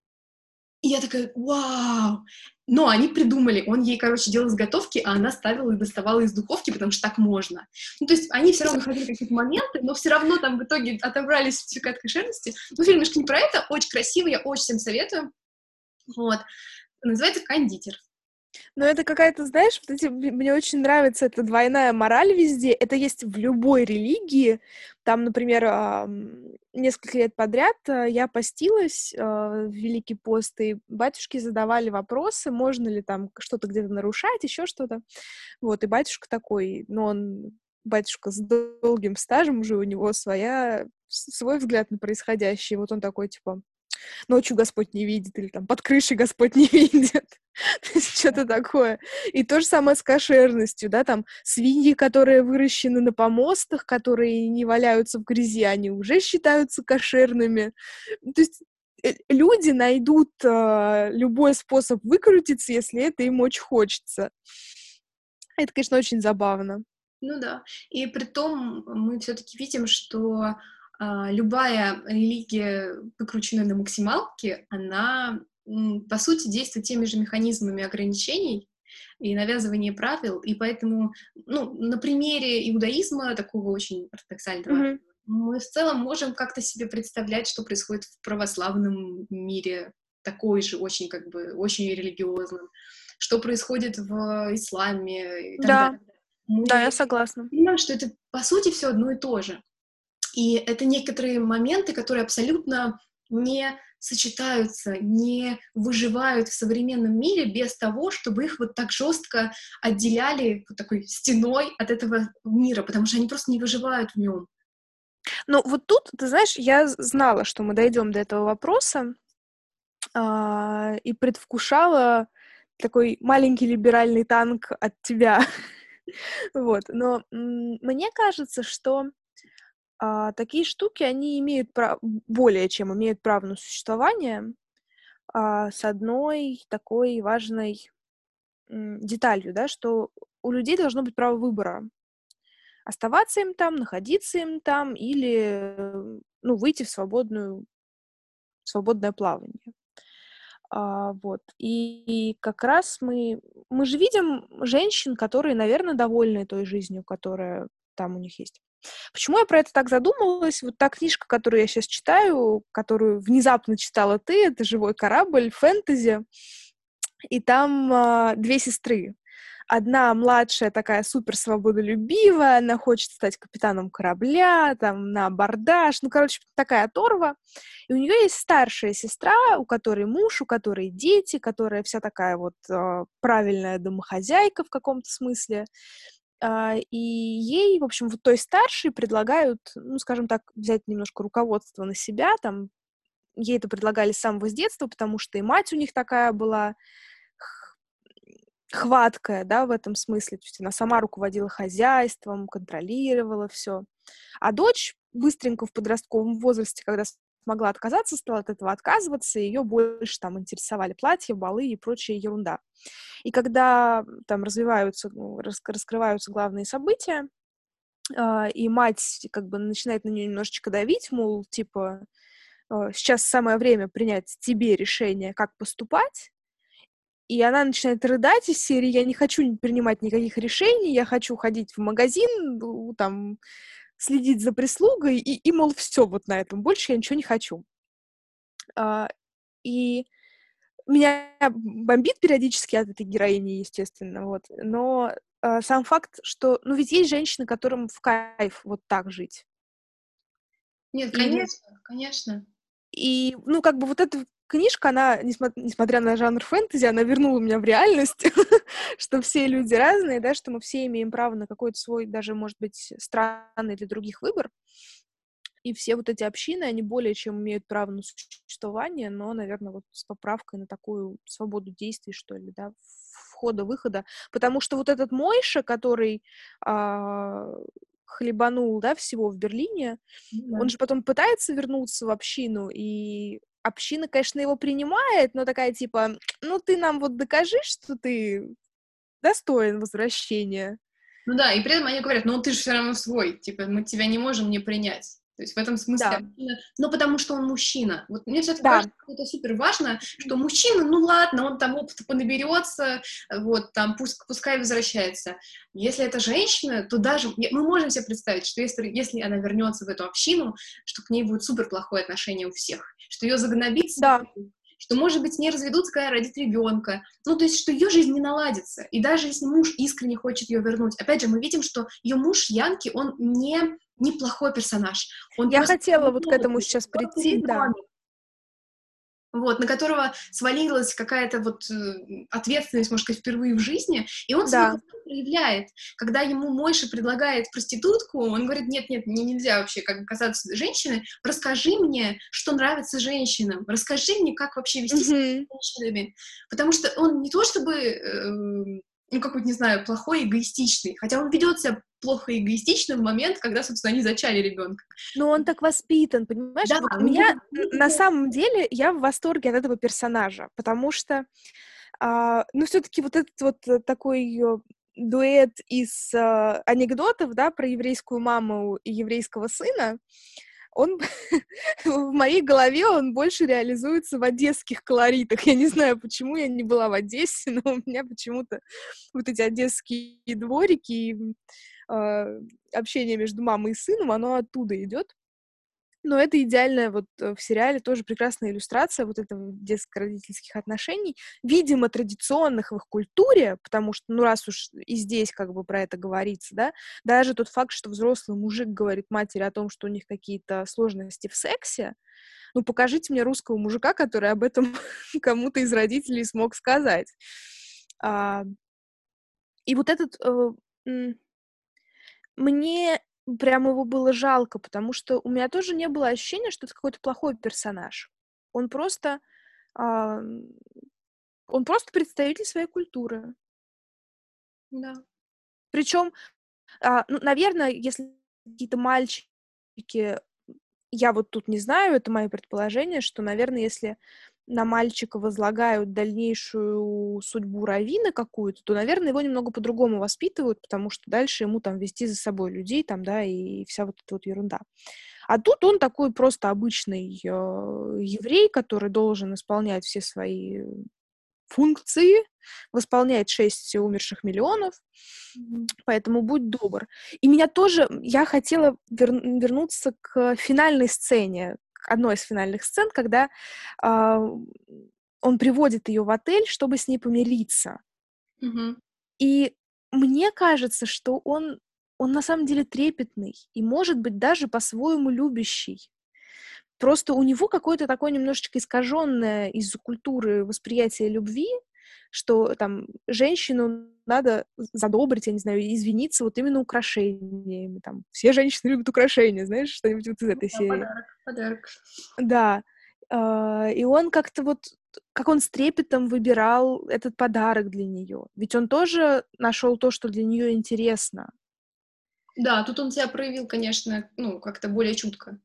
И я такая: вау! Но они придумали, он ей, короче, делал заготовки, а она ставила и доставала из духовки, потому что так можно. Ну, то есть они все равно находили какие-то моменты, но все равно там в итоге отобрали сертификат кошерности. Ну, фильм немножко не про это, очень красивый, я очень всем советую. Вот. Называется «Кондитер». Но это какая-то, знаешь, вот эти, м- мне очень нравится эта двойная мораль везде. Это есть в любой религии. Там, например, ам, несколько лет подряд а, я постилась а, в Великий пост, и батюшки задавали вопросы, можно ли там что-то где-то нарушать, еще что-то. Вот, и батюшка такой, ну, он батюшка с долгим стажем уже, у него своя, с- свой взгляд на происходящее. Вот он такой, типа, ночью Господь не видит, или там под крышей Господь не видит. То есть что-то такое. И то же самое с кошерностью, да, там свиньи, которые выращены на помостах, которые не валяются в грязи, они уже считаются кошерными. То есть э, люди найдут а, любой способ выкрутиться, если это им очень хочется. Это, конечно, очень забавно. Ну да. И при том мы все-таки видим, что а, любая религия, выкрученная на максималке, она, м, по сути, действует теми же механизмами ограничений и навязывания правил, и поэтому, ну, на примере иудаизма, такого очень ортодоксального, Мгм. мы в целом можем как-то себе представлять, что происходит в православном мире, такой же, очень, как бы, очень религиозным, что происходит в исламе и так Да, далее. да, я Мы согласна. понимаем, что это, по сути, все одно и то же. И это некоторые моменты, которые абсолютно не сочетаются, не выживают в современном мире без того, чтобы их вот так жестко отделяли вот такой стеной от этого мира, потому что они просто не выживают в нем. Ну, вот тут, ты знаешь, я з- знала, что мы дойдем до этого вопроса, а, и предвкушала такой маленький либеральный танк от тебя. Вот. Но м, мне кажется, что а, такие штуки, они имеют пра- более чем имеют право на существование, а, с одной такой важной м, деталью, да, что у людей должно быть право выбора. Оставаться им там, находиться им там или, э, ну, выйти в свободную, свободное плавание. А, вот. И, и как раз мы, мы же видим женщин, которые, наверное, довольны той жизнью, которая там у них есть. Почему я про это так задумалась? Вот та книжка, которую я сейчас читаю, которую внезапно читала ты, это «Живой корабль», фэнтези, и там а, две сестры. Одна младшая такая супер свободолюбивая, она хочет стать капитаном корабля, там, на абордаж, ну, короче, такая оторва. И у нее есть старшая сестра, у которой муж, у которой дети, которая вся такая вот э, правильная домохозяйка в каком-то смысле. А, и ей, в общем, вот той старшей предлагают, ну, скажем так, взять немножко руководство на себя, там, ей это предлагали с самого с детства, потому что и мать у них такая была, хваткая, да, в этом смысле. То есть она сама руководила хозяйством, контролировала все. А дочь быстренько в подростковом возрасте, когда смогла отказаться, стала от этого отказываться, ее больше там интересовали платья, балы и прочая ерунда. И когда там развиваются, ну, рас- раскрываются главные события, а, и мать как бы начинает на нее немножечко давить, мол, типа, э, сейчас самое время принять тебе решение, как поступать, и она начинает рыдать из серии: «Я не хочу принимать никаких решений, я хочу ходить в магазин, ну, там, следить за прислугой, и, и мол, все вот на этом, больше я ничего не хочу». А, и меня бомбит периодически от этой героини, естественно, вот. Но а, сам факт, что, ну, ведь есть женщины, которым в кайф вот так жить. Нет, И вот конечно, конечно. И, ну, как бы вот эта книжка, она, несмо- несмотря на жанр фэнтези, она вернула меня в реальность, что все люди разные, да, что мы все имеем право на какой-то свой, даже, может быть, странный для других выбор. И все вот эти общины, они более чем имеют право на существование, но, наверное, вот с поправкой на такую свободу действий, что ли, да, входа-выхода. Потому что вот этот Мойша, который а, хлебанул, да, всего в Берлине, Ну да. он же потом пытается вернуться в общину, и община, конечно, его принимает, но такая типа: ну, ты нам вот докажи, что ты достоин возвращения. Ну да, и при этом они говорят: «Ну, ты же все равно свой, типа, мы тебя не можем не принять». То есть в этом смысле Да, мужчина, ну, потому что он мужчина. Вот мне все таки да. кажется, что это супер важно, что мужчина, ну ладно, он там опыта понаберется, вот, там, пусть, пускай возвращается. Если это женщина, то даже я- мы можем себе представить, что если, если она вернется в эту общину, что к ней будет супер плохое отношение у всех, что ее загнобит Да. сверху, что, может быть, с ней разведутся, когда родит ребенка. Ну, то есть, что ее жизнь не наладится. И даже если муж искренне хочет ее вернуть, опять же, мы видим, что ее муж Янки, он не неплохой персонаж. Он Я просто хотела вот к этому опытный, сейчас просто прийти, да. ребенок, вот, на которого свалилась какая-то вот э, ответственность, может сказать, впервые в жизни, и он свою Да. красоту проявляет. Когда ему Мойша предлагает проститутку, он говорит: нет, нет, мне нельзя вообще как бы касаться женщины, расскажи мне, что нравится женщинам, расскажи мне, как вообще вести себя Мгм. с женщинами, потому что он не то чтобы, э, ну, какой-то, не знаю, плохой, эгоистичный, хотя он ведет себя плохо и эгоистично в момент, когда, собственно, они зачали ребенка. Но он так воспитан, понимаешь? Да, Вот у него меня н на самом деле я в восторге от этого персонажа, потому что, а, ну, все таки вот этот вот, э, такой, э, дуэт из, а, анекдотов, да, про еврейскую маму и еврейского сына, он в моей голове он больше реализуется в одесских колоритах. Я не знаю, почему я не была в Одессе, но у меня почему-то вот эти одесские дворики и, м, а, общение между мамой и сыном, оно оттуда идет. Но это идеальная вот, э, в сериале тоже прекрасная иллюстрация вот этого детско-родительских отношений, видимо, традиционных в их культуре, потому что, ну, раз уж и здесь как бы про это говорится, да, даже тот факт, что взрослый мужик говорит матери о том, что у них какие-то сложности в сексе, ну, покажите мне русского мужика, который об этом кому-то из родителей смог сказать. А, и вот этот, э, м, мне прям его было жалко, потому что у меня тоже не было ощущения, что это какой-то плохой персонаж. Он просто, а, он просто представитель своей культуры. Да. Причем, а, ну, наверное, если какие-то мальчики, я вот тут не знаю, это мои предположения, что, наверное, если на мальчика возлагают дальнейшую судьбу раввина какую-то, то, наверное, его немного по-другому воспитывают, потому что дальше ему там вести за собой людей, там, да, и вся вот эта вот ерунда. А тут он такой просто обычный э, еврей, который должен исполнять все свои функции, восполняет шесть умерших миллионов, Мгм. поэтому будь добр. И меня тоже, я хотела вер- вернуться к финальной сцене, к одной из финальных сцен, когда а, он приводит ее в отель, чтобы с ней помириться. Мгм. И мне кажется, что он, он на самом деле трепетный и, может быть, даже по-своему любящий. Просто у него какое-то такое немножечко искаженное из-за культуры восприятие любви, что там женщину надо задобрить, я не знаю, извиниться вот именно украшениями. Там все женщины любят украшения, знаешь, что-нибудь вот из этой Да, серии. подарок, подарок. Да. А, и он как-то вот, как он с трепетом выбирал этот подарок для нее. Ведь он тоже нашел то, что для нее интересно. Да, тут он себя проявил, конечно, ну, как-то более чутко.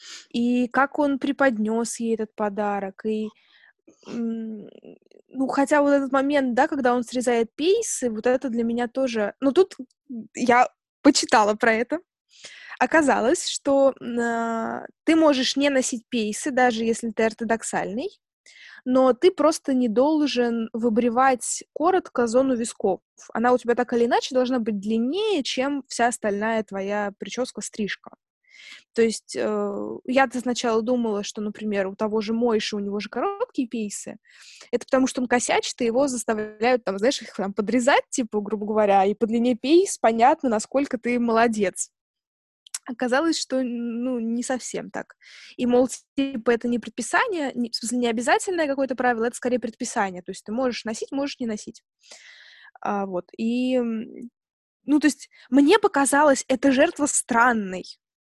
И как он преподнес ей этот подарок. И М, ну, хотя вот этот момент, да, когда он срезает пейсы, вот это для меня тоже... Ну, тут я почитала про это. Оказалось, что а, ты можешь не носить пейсы, даже если ты ортодоксальный, но ты просто не должен выбривать коротко зону висков. Она у тебя так или иначе должна быть длиннее, чем вся остальная твоя прическа-стрижка. То есть э, я-то сначала думала, что, например, у того же Мойши, у него же короткие пейсы. Это потому, что он косячит, и его заставляют, там, знаешь, их там подрезать, типа, грубо говоря, и по длине пейс понятно, насколько ты молодец. Оказалось, что, ну, не совсем так. И, мол, типа, это не предписание, не, в смысле, не обязательное какое-то правило, это скорее предписание. То есть ты можешь носить, можешь не носить. А, вот. И, ну, то есть мне показалось, эта жертва странной.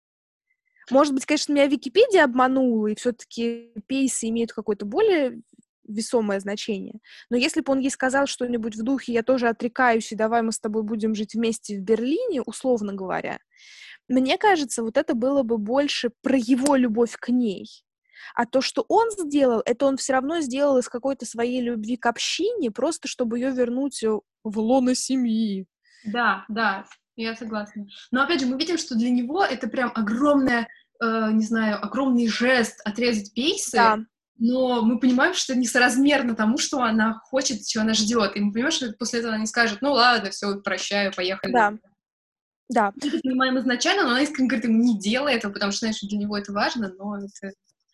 Может быть, конечно, меня Википедия обманула, и все-таки пейсы имеют какое-то более весомое значение. Но если бы он ей сказал что-нибудь в духе «я тоже отрекаюсь, и давай мы с тобой будем жить вместе в Берлине», условно говоря, мне кажется, вот это было бы больше про его любовь к ней. А то, что он сделал, это он все равно сделал из какой-то своей любви к общине, просто чтобы ее вернуть э, в лоно семьи. Да, да, я согласна. Но опять же, мы видим, что для него это прям огромная, э, не знаю, огромный жест отрезать Да, пейсы, но мы понимаем, что это несоразмерно тому, что она хочет, чего она ждет. И мы понимаем, что после этого она не скажет, ну ладно, все, прощаю, поехали. да, да. Мы это понимаем изначально, но она искренне говорит ему, не делай этого, потому что, знаешь, для него это важно, но это...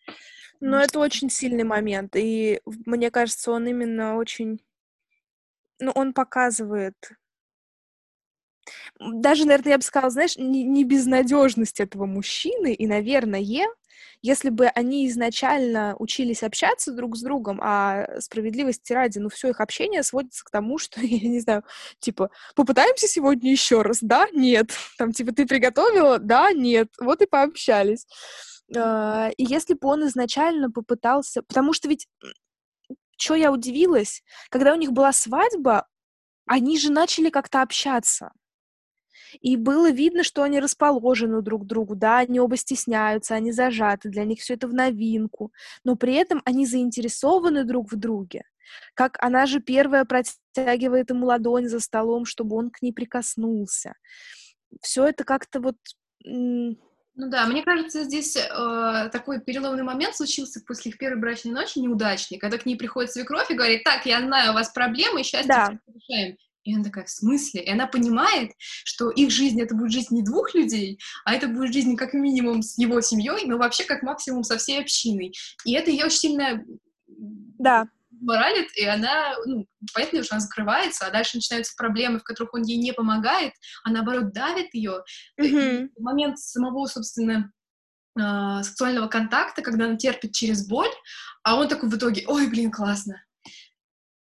Но это очень сильный момент, и в- мне кажется, он именно очень, ну, он показывает, м, даже, наверное, я бы сказала, знаешь, не, не безнадежность этого мужчины, и, наверное, если бы они изначально учились общаться друг с другом, а справедливости ради, ну, все их общение сводится к тому, что, я не знаю, типа, попытаемся сегодня еще раз, да, нет, там, типа, ты приготовила, да, нет, вот и пообщались. А, И если бы он изначально попытался, потому что ведь что я удивилась, когда у них была свадьба, они же начали как-то общаться. И было видно, что они расположены друг к другу, да, они оба стесняются, они зажаты, для них все это в новинку, но при этом они заинтересованы друг в друге. Как она же первая протягивает ему ладонь за столом, чтобы он к ней прикоснулся. Все это как-то вот... м, Ну да, мне кажется, здесь э, такой переломный момент случился после их первой брачной ночи, неудачный, когда к ней приходит свекровь и говорит, так, я знаю, у вас проблемы, счастье Да, все решаем. И она такая, в смысле? И она понимает, что их жизнь — это будет жизнь не двух людей, а это будет жизнь как минимум с его семьей, но вообще как максимум со всей общиной. И это ее очень сильно да. моралит, и она, ну, понятно, что она закрывается, а дальше начинаются проблемы, в которых он ей не помогает, а наоборот давит ее. И Мгм. момент самого, собственно, а, сексуального контакта, когда она терпит через боль, а он такой в итоге, ой, блин, классно.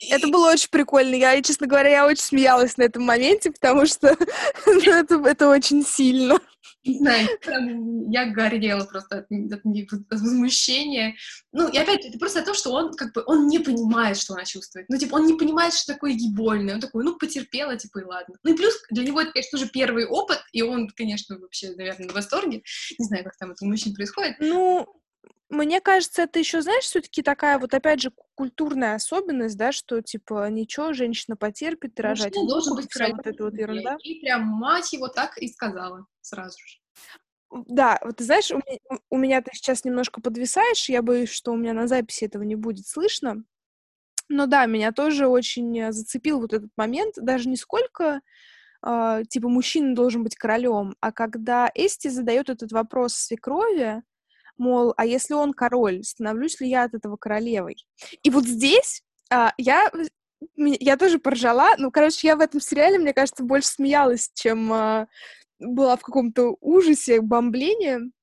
Это было очень прикольно. Я, честно говоря, я очень смеялась на этом моменте, потому что это, это очень сильно. Не знаю, прям я горела просто от, от, от возмущения. Ну, и опять, это просто о том, что он как бы, он не понимает, что она чувствует. Ну, типа, он не понимает, что такое ей больно. Он такой, ну, потерпела, типа, и ладно. Ну, и плюс для него это, конечно, уже первый опыт, и он, конечно, вообще, наверное, в восторге. Не знаю, как там это у мужчин происходит. Ну, мне кажется, это еще, знаешь, все-таки такая вот, опять же, культурная особенность, да, что, типа, ничего, женщина потерпит, и рожать Мужчина должен внуков, и быть вся королем вот эта вот семьи. ерунда. И прям мать его так и сказала сразу же. Да, вот ты знаешь, у меня, у меня ты сейчас немножко подвисаешь, я боюсь, что у меня на записи этого не будет слышно. Но да, меня тоже очень э, зацепил вот этот момент, даже не сколько, э, типа, мужчина должен быть королем, а когда Эсти задает этот вопрос свекрови, мол, а если он король, становлюсь ли я от этого королевой? И вот здесь а, я, м- я тоже поржала, ну, короче, я в этом сериале, мне кажется, больше смеялась, чем а, была в каком-то ужасе, бомблении.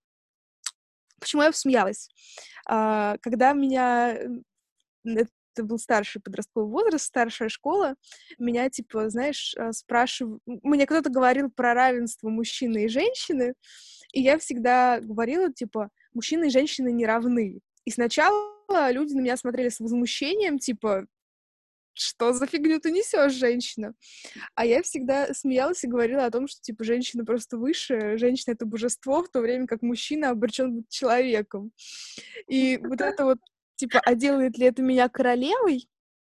Почему я смеялась? А, когда меня... м, Это был старший подростковый возраст, старшая школа, меня, типа, знаешь, спрашивали... Мне кто-то говорил про равенство мужчины и женщины, и я всегда говорила, типа, мужчины и женщины не равны. И сначала люди на меня смотрели с возмущением, типа, что за фигню ты несешь, женщина? А я всегда смеялась и говорила о том, что, типа, женщина просто выше, женщина — это божество, в то время как мужчина обречен быть человеком. И вот это вот, типа, а делает ли это меня королевой?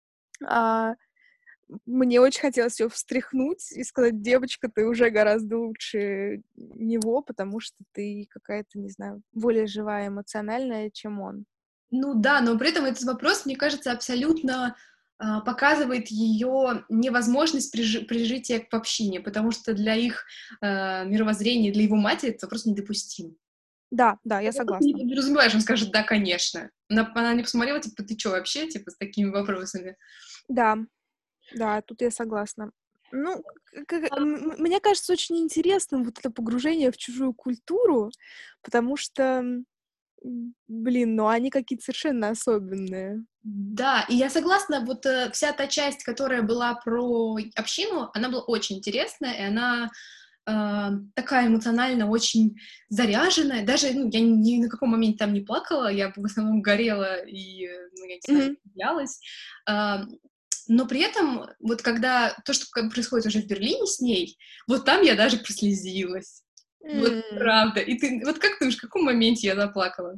А, мне очень хотелось ее встряхнуть и сказать: девочка, ты уже гораздо лучше него, потому что ты какая-то, не знаю, более живая, эмоциональная, чем он. Ну да, но при этом этот вопрос, мне кажется, абсолютно а, показывает ее невозможность прижи- прижития к общине, потому что для их а, мировоззрения, для его матери это просто недопустим. Да, да, я Это просто не согласна. подразумеваешь, он скажет, да, конечно. Она, она не посмотрела, типа, ты что вообще, типа, с такими вопросами? Да, да, тут я согласна. Ну, к- к- А, м- м- мне кажется очень интересным вот это погружение в чужую культуру, потому что, м, блин, ну они какие-то совершенно особенные. Да, и я согласна, вот э, вся та часть, которая была про общину, она была очень интересная, и она э, такая эмоционально очень заряженная. Даже, ну, я ни на каком моменте там не плакала, я в основном горела и, э, ну, я не знаю, Мгм. смеялась. А, но при этом, вот когда то, что как происходит уже в Берлине с ней, вот там я даже прослезилась. Вот М. правда. И ты, вот как ты думаешь, в каком моменте я заплакала?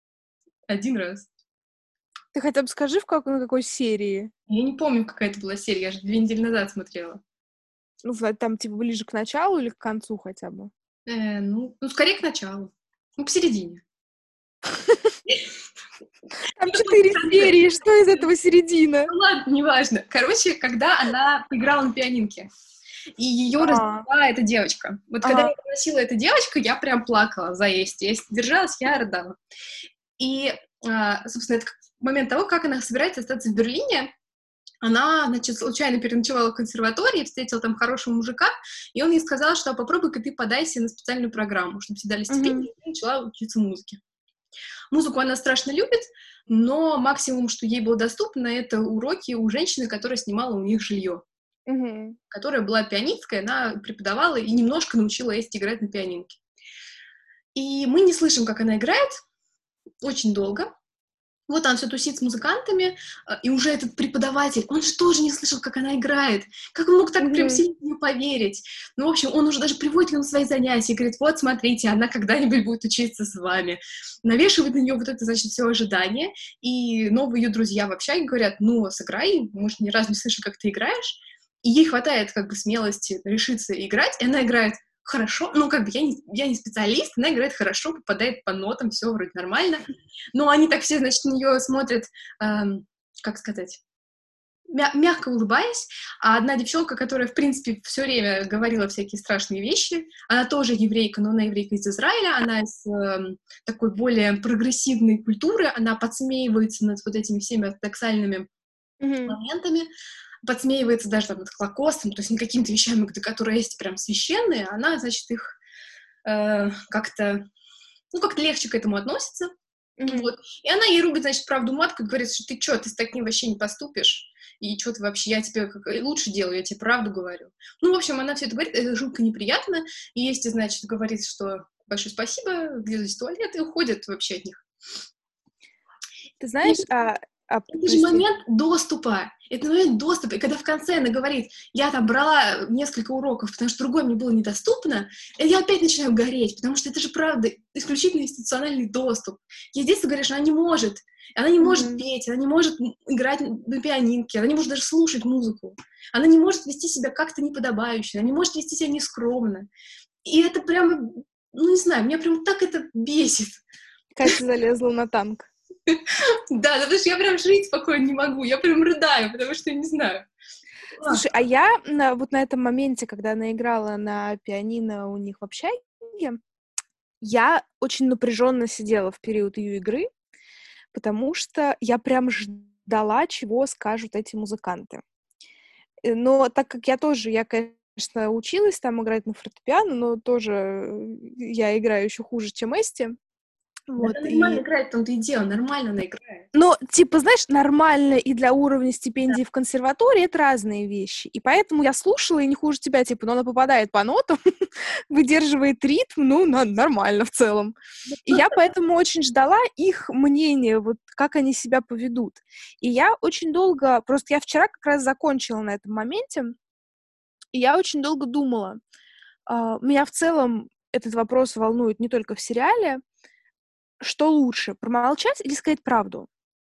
Один раз. Ты хотя бы скажи, в как, на какой серии? Я не помню, какая это была серия, я же две недели назад смотрела. Ну, в- там, типа, ближе к началу или к концу хотя бы? Э, ну, ну, скорее к началу. Ну, к середине. Там четыре серии, что из этого середина? Ну ладно, неважно. Короче, когда она играла на пианинке, и ее А, развела эта девочка. Вот когда ага. я приносила эту девочку, я прям плакала за Эсти. Если держалась, я рыдала. И, а, собственно, это момент того, как она собирается остаться в Берлине. Она, значит, случайно переночевала в консерватории, встретила там хорошего мужика, и он ей сказал, что попробуй-ка ты подайся на специальную программу, чтобы тебе дали Мгм. стипендию, и начала учиться музыке. Музыку она страшно любит, но максимум, что ей было доступно, это уроки у женщины, которая снимала у них жилье, Мгм. которая была пианисткой, она преподавала и немножко научила Эсти играть на пианинке. И мы не слышим, как она играет, очень долго. Вот она все тусит с музыкантами, а, и уже этот преподаватель, он же тоже не слышал, как она играет. Как он мог так прям Мгм. сильно в неё поверить? Ну, в общем, он уже даже приводит ее на свои занятия и говорит, вот, смотрите, она когда-нибудь будет учиться с вами. Навешивает на нее вот это, значит, все ожидание, и новые ее друзья в общаге говорят, ну, сыграй, может, ни разу не слышал, как ты играешь. И ей хватает как бы смелости решиться играть, и она играет хорошо, ну, как бы я не, я не специалист, она играет хорошо, попадает по нотам, все вроде нормально. Но они так все, значит, на нее смотрят, эм, как сказать, мя- мягко улыбаясь, а одна девчонка, которая, в принципе, все время говорила всякие страшные вещи, она тоже еврейка, но она еврейка из Израиля, она из эм, такой более прогрессивной культуры, она подсмеивается над вот этими всеми ортодоксальными Мгм. моментами, подсмеивается даже там над Холокостом, то есть над какими-то вещами, которые есть прям священные, она, значит, их э, как-то, ну, как-то легче к этому относится. Мгм. Вот. И она ей рубит, значит, правду матку и говорит, что ты что, ты с таким вообще не поступишь? И что ты вообще, я тебе как, лучше делаю, я тебе правду говорю. Ну, в общем, она все это говорит, это жутко неприятно. И если, значит, говорит, что большое спасибо, где здесь туалет, и уходит вообще от них. Ты И знаешь, а, а, это же прости. момент доступа. Это момент доступа. И когда в конце она говорит, я там брала несколько уроков, потому что другое мне было недоступно, и я опять начинаю гореть, потому что это же, правда, исключительно институциональный доступ. Ей с детства говорят, что она не может. Она не может Мгм. петь, она не может играть на пианинке, она не может даже слушать музыку. Она не может вести себя как-то неподобающе, она не может вести себя нескромно. И это прямо, ну, не знаю, меня прям так это бесит. Катя залезла на танк. Да, потому что я прям жить спокойно не могу, я прям рыдаю, потому что я не знаю. Слушай, а я на, вот на этом моменте, когда она играла на пианино у них в общаге, я очень напряженно сидела в период ее игры, потому что я прям ждала, чего скажут эти музыканты. Э, Но так как я тоже, я, конечно, училась там играть на фортепиано, но тоже э, я играю еще хуже, чем Эсти. Да Вот, она нормально и играет, в том-то и дело, нормально она играет. но, типа, знаешь, нормально и для уровня Да. стипендий в консерватории это разные вещи. И поэтому я слушала, и не хуже тебя, типа, но она попадает по нотам, выдерживает ритм, ну, на- нормально в целом. Ну, И я просто поэтому очень ждала их мнения, вот как они себя поведут. И я очень долго, просто я вчера как раз закончила на этом моменте, и я очень долго думала. А, Меня в целом этот вопрос волнует не только в сериале. Что лучше, промолчать или сказать правду?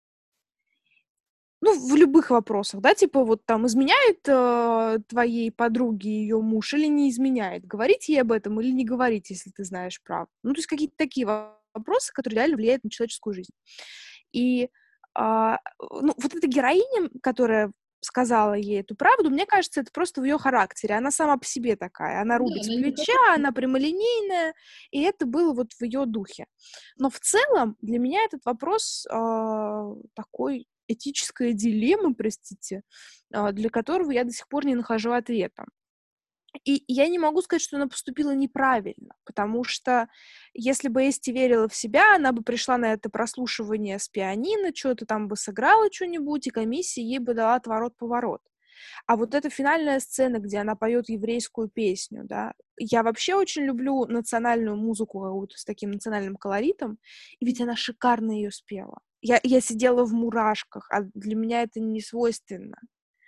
Ну, в любых вопросах, да, типа вот там изменяет э, твоей подруге ее муж или не изменяет, говорить ей об этом или не говорить, если ты знаешь правду. Ну, то есть какие-то такие во- вопросы, которые реально влияют на человеческую жизнь. И а, ну, вот эта героиня, которая сказала ей эту правду, мне кажется, это просто в ее характере. Она сама по себе такая. Она да, рубит с она не плеча, хотела. она прямолинейная, и это было вот в ее духе. Но в целом для меня этот вопрос а, такой этическая дилемма, простите, а, для которого я до сих пор не нахожу ответа. И я не могу сказать, что она поступила неправильно, потому что если бы Эсти верила в себя, она бы пришла на это прослушивание с пианино, что-то там бы сыграла что-нибудь, и комиссия ей бы дала отворот-поворот. А вот эта финальная сцена, где она поет еврейскую песню, да, я вообще очень люблю национальную музыку какую-то с таким национальным колоритом, и ведь она шикарно ее спела. Я, я сидела в мурашках, а для меня это не свойственно.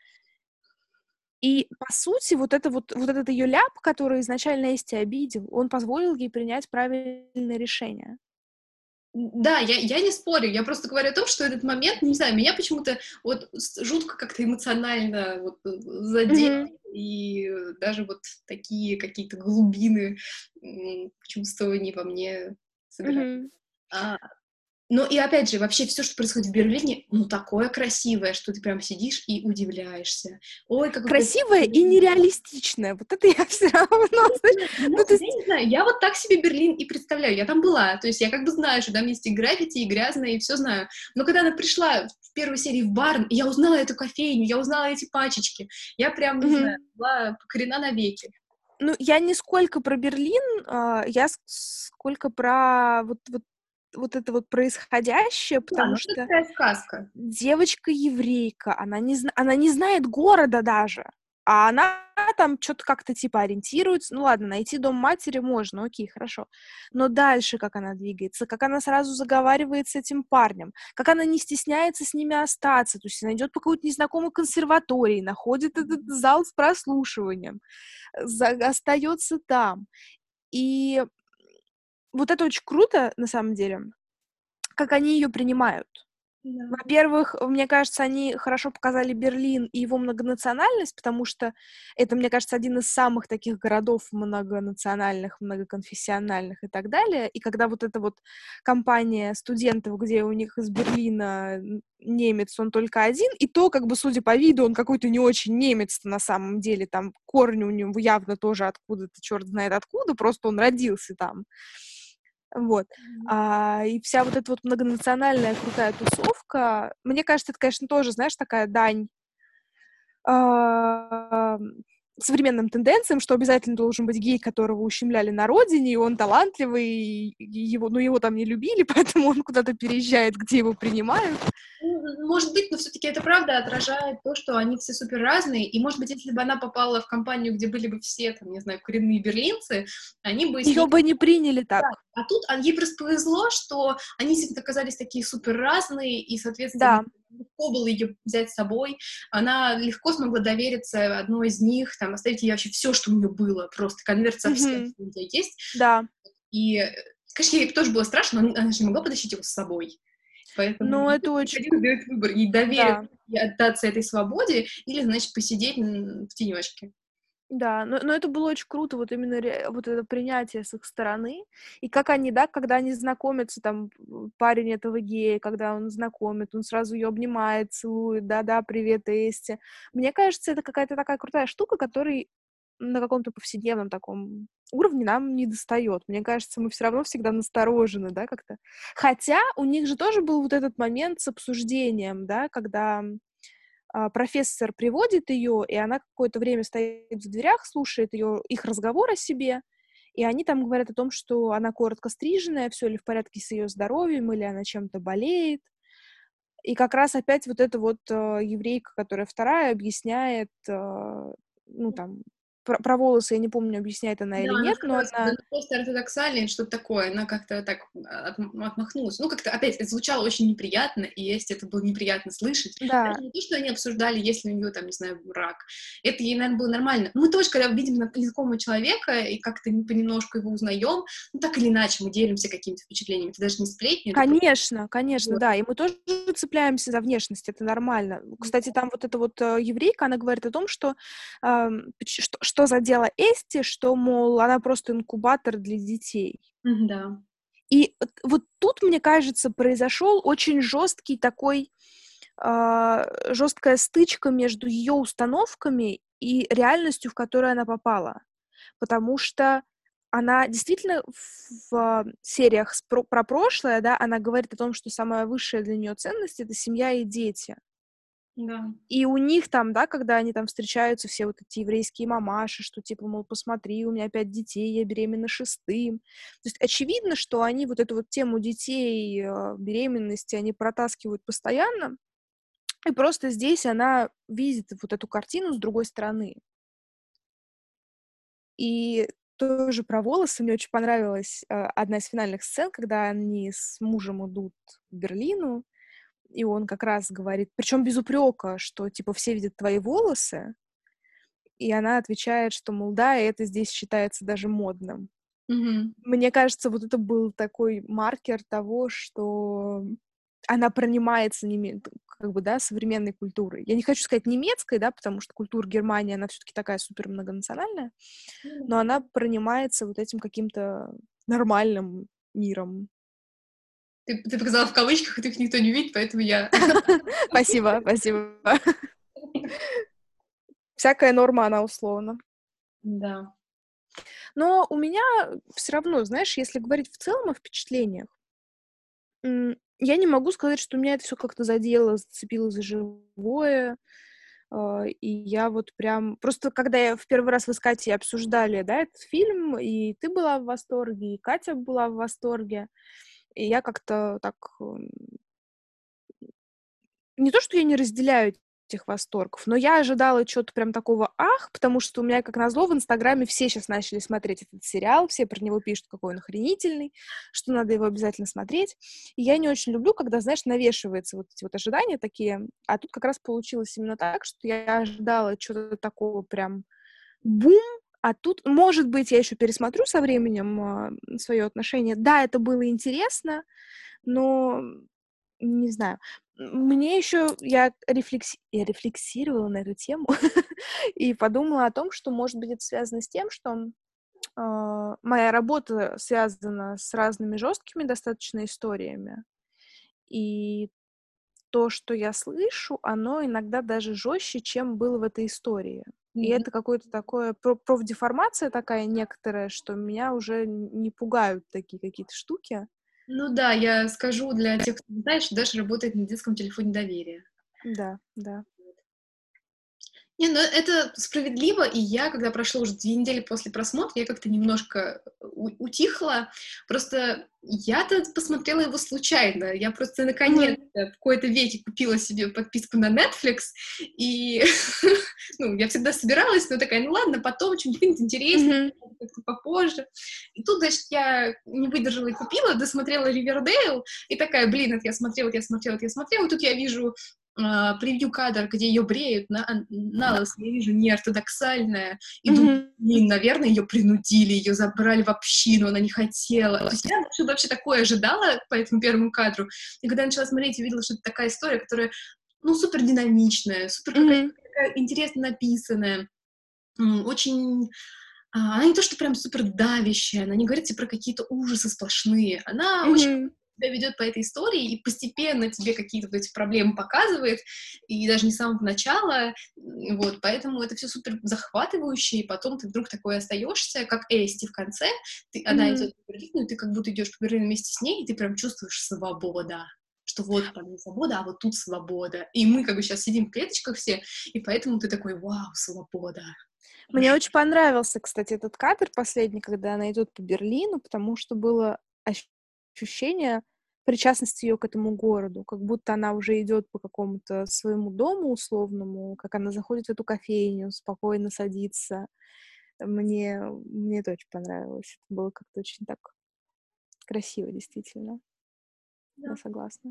И, по сути, вот, это вот, вот этот ее ляп, который изначально Эсти обидел, он позволил ей принять правильное решение. Да, я, я не спорю, я просто говорю о том, что этот момент, не знаю, меня почему-то вот с- жутко как-то эмоционально вот, э, задел, Мгм. и э, даже вот такие какие-то глубины м, чувствований во мне сыграли. Мгм. А, Но и опять же, вообще все, что происходит в Берлине, ну, такое красивое, что ты прям сидишь и удивляешься. Ой, какой Красивое и красивый. нереалистичное. Вот это я все равно, знаешь, Ну, ну, то я есть, не знаю, я вот так себе Берлин и представляю. Я там была, то есть я как бы знаю, что там есть и граффити, и грязно, и все знаю. Но когда она пришла в первой серии в бар, и я узнала эту кофейню, я узнала эти пачечки, я прям, не знаю, мгм. была покорена навеки. Ну, я не сколько про Берлин, а, я с- сколько про вот, вот, вот это вот происходящее, Да, потому ну это что такая сказка. девочка-еврейка, она не, зна- она не знает города даже, а она там что-то как-то типа ориентируется. Ну ладно, найти дом матери можно, окей, хорошо. Но дальше как она двигается, как она сразу заговаривает с этим парнем, как она не стесняется с ними остаться, то есть она идет по какой-то незнакомой консерватории, находит этот зал с прослушиванием, за- остается там. И вот это очень круто, на самом деле, как они ее принимают. Да. Во-первых, мне кажется, они хорошо показали Берлин и его многонациональность, потому что это, мне кажется, один из самых таких городов многонациональных, многоконфессиональных и так далее. И когда вот эта вот компания студентов, где у них из Берлина н- немец, он только один, и то, как бы, судя по виду, он какой-то не очень немец на самом деле, там корни у него явно тоже откуда-то, черт знает откуда, просто он родился там. Вот. А, и вся вот эта вот многонациональная крутая тусовка, мне кажется, это, конечно, тоже, знаешь, такая дань ам, современным тенденциям, что обязательно должен быть гей, которого ущемляли на родине, и он талантливый, и его, ну, его там не любили, поэтому он куда-то переезжает, где его принимают. Ну, может быть, но все-таки это правда отражает то, что они все супер разные, и, может быть, если бы она попала в компанию, где были бы все, там, не знаю, коренные берлинцы, они бы с Ее ней... бы не приняли Да. так. А тут а, ей просто повезло, что они все оказались такие супер разные, и, соответственно, Да. легко было ее взять с собой. Она легко смогла довериться одной из них, там, оставить ей вообще все, что у нее было, просто конверт со всем, Мгм. что у нее есть. Да. И, конечно, ей тоже было страшно, но она же не могла потащить его с собой. Поэтому Ну, ей это очень... приходилось делать выбор, ей довериться Да. и отдаться этой свободе, или, значит, посидеть м, в тенечке. Да, но, но это было очень круто, вот именно ре- вот это принятие с их стороны, и как они, да, когда они знакомятся, там, м, парень этого гея, когда он знакомит, он сразу ее обнимает, целует, да-да, привет, Эсти. Мне кажется, это какая-то такая крутая штука, которой на каком-то повседневном таком уровне нам не достает. Мне кажется, мы все равно всегда насторожены, да, как-то. Хотя у них же тоже был вот этот момент с обсуждением, да, когда а, профессор приводит ее, и она какое-то время стоит в дверях, слушает ее, их разговор о себе, и они там говорят о том, что она коротко стриженная, все ли в порядке с ее здоровьем, или она чем-то болеет. И как раз опять вот эта вот э, еврейка, которая вторая, объясняет, э, ну там, про, про волосы, я не помню, объясняет она Да, или она нет, но сказала, что она... она просто ортодоксальная, что-то такое. Она как-то так от- отмахнулась. Ну, как-то, опять, это звучало очень неприятно, и если это было неприятно слышать, Да, даже не то, что они обсуждали, если у нее, там, не знаю, рак. Это ей, наверное, было нормально. Мы тоже, когда видим незнакомого человека и как-то понемножку его узнаем, ну, так или иначе, мы делимся какими-то впечатлениями. Это даже не сплетни, это просто... конечно, конечно, Вот. да, и мы тоже цепляемся за внешность, это нормально. Кстати, там вот эта вот э, еврейка, она говорит о том, что, ам, поч- что что за дело Эсти, что, мол, она просто инкубатор для детей. Мгм, да. И вот вот тут, мне кажется, произошел очень жесткий такой, а, жесткая стычка между ее установками и реальностью, в которую она попала. Потому что она действительно в а, сериях с про про прошлое, да, она говорит о том, что самая высшая для нее ценность — это семья и дети. Да. И у них там, да, когда они там встречаются, все вот эти еврейские мамаши, что типа, мол, посмотри, у меня пять детей, я беременна шестым. То есть очевидно, что они вот эту вот тему детей, э, беременности, они протаскивают постоянно, и просто здесь она видит вот эту картину с другой стороны. И тоже про волосы мне очень понравилась э, одна из финальных сцен, когда они с мужем идут к Берлину, и он как раз говорит, причем без упрека, что типа все видят твои волосы, и она отвечает, что, мол, да, и это здесь считается даже модным. Мгм. Мне кажется, вот это был такой маркер того, что она пронимается неме как бы, да, современной культурой. Я не хочу сказать немецкой, да, потому что культура Германии, она все таки такая супер многонациональная, Ну но она пронимается вот этим каким-то нормальным миром. да. Ты, ты показала в кавычках, и их никто не видит, поэтому я... Спасибо, спасибо. Всякая норма, она условна. Да. Но у меня все равно, знаешь, если говорить в целом о впечатлениях, М, я не могу сказать, что меня это все как-то задело, зацепило за живое. А, и я вот прям просто когда я в первый раз вы с Катей обсуждали, да, этот фильм, и ты была в восторге, и Катя была в восторге, и я как-то так, м, не то, что я не разделяю этих восторгов, но я ожидала чё-то прям такого "ах", потому что у меня, как назло, в "Инстаграме" все щас начали смотреть этот сериал, все про него пишут, какой он охренительный, что надо его обязательно смотреть. И я не очень люблю, когда, знаешь, навешиваются вот эти вот ожидания такие, а тут как раз получилось именно так, что я ожидала чё-то такого прям бум, а тут, может быть, я ещё пересмотрю со временем, а, своё отношение. Да, это было интересно, но, не знаю. М, мне еще я рефлекси я рефлексировала на эту тему и подумала о том, что, может быть, это связано с тем, что, а, моя работа связана с разными жесткими достаточно историями, и то, что я слышу, оно иногда даже жестче, чем было в этой истории. И Мгм. это какое-то такое про профдеформация такая некоторая, что меня уже н не пугают такие какие-то штуки. Ну да, я скажу для тех, кто не знает, что Даша работает на детском телефоне доверия. Да, да. Не, ну это справедливо, и я, когда прошло уже две недели после просмотра, я как-то немножко у- утихла. Просто я-то посмотрела его случайно. Я просто Мгм. наконец-то в кои-то веки купила себе подписку на Netflix, и ну, я всегда собиралась, но такая, ну ладно, потом что-нибудь интереснее, Мгм. как-то попозже. И тут, значит, я не выдержала и купила, досмотрела Ривердейл, и такая, блин, это я смотрела, это я смотрела, это я смотрела, и тут я вижу а, превью-кадр, где ее бреют на, на лысо, я вижу неортодоксальная, и думаю, Мгм. блин, наверное, ее принудили, ее забрали в общину, она не хотела. То есть я вообще, вообще такое ожидала по этому первому кадру, и когда я начала смотреть, увидела, что это такая история, которая, ну, супер динамичная, супер какая-то Мгм. такая интересно написанная, м, очень... а, Она не то, что прям супер давящая, она не говорит тебе про какие-то ужасы сплошные, она очень Мгм. тебя ведет по этой истории и постепенно тебе какие-то вот эти проблемы показывает, и даже не с самого начала, м, вот, поэтому это все супер захватывающе, и потом ты вдруг такой остаешься, как Эсти в конце, ты, она Мгм. идет по Берлину, и ты как будто идешь по Берлину вместе с ней, и ты прям чувствуешь свобода, что вот там не свобода, а вот тут свобода. И мы как бы сейчас сидим в клеточках все, и поэтому ты такой, вау, свобода. Мне очень понравился, кстати, этот кадр последний, когда она идет по Берлину, потому что было ощ- ощущение причастности ее к этому городу, как будто она уже идет по какому-то своему дому условному, как она заходит в эту кофейню, спокойно садится. Мне, мне это очень понравилось. Это было как-то очень так красиво, действительно. Я Да. согласна.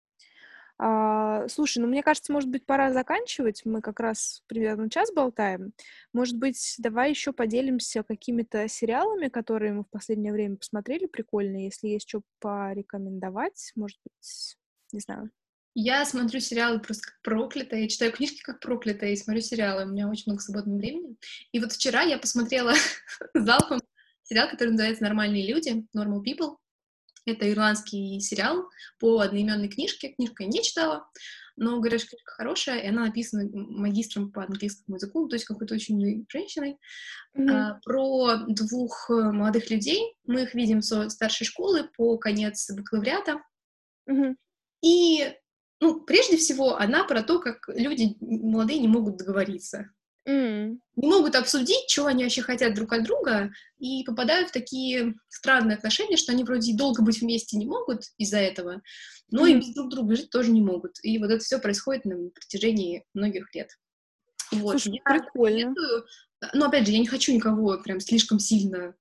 А, слушай, ну мне кажется, может быть, пора заканчивать. Мы как раз примерно час болтаем. Может быть, давай еще поделимся какими-то сериалами, которые мы в последнее время посмотрели, прикольные, если есть что порекомендовать. Может быть, не знаю. Я смотрю сериалы просто как проклятая, я читаю книжки как проклятая и смотрю сериалы. У меня очень много свободного времени. И вот вчера я посмотрела залпом сериал, который называется «Нормальные люди», Normal People. Это ирландский сериал по одноименной книжке. Книжку я не читала, но, говорят, что книжка хорошая, и она написана м- магистром по английскому языку, то есть какой-то очень умной женщиной. Мгм. А, Про двух э, молодых людей. Мы их видим со старшей школы по конец бакалавриата. Мгм. И, ну, прежде всего, она про то, как люди молодые не могут договориться. М. Не могут обсудить, чего они вообще хотят друг от друга, и попадают в такие странные отношения, что они вроде и долго быть вместе не могут из-за этого, но и Мгм. без друг друга жить тоже не могут. И вот это все происходит на протяжении многих лет. Вот, Слушай, я прикольно. советую, но опять же, я не хочу никого прям слишком сильно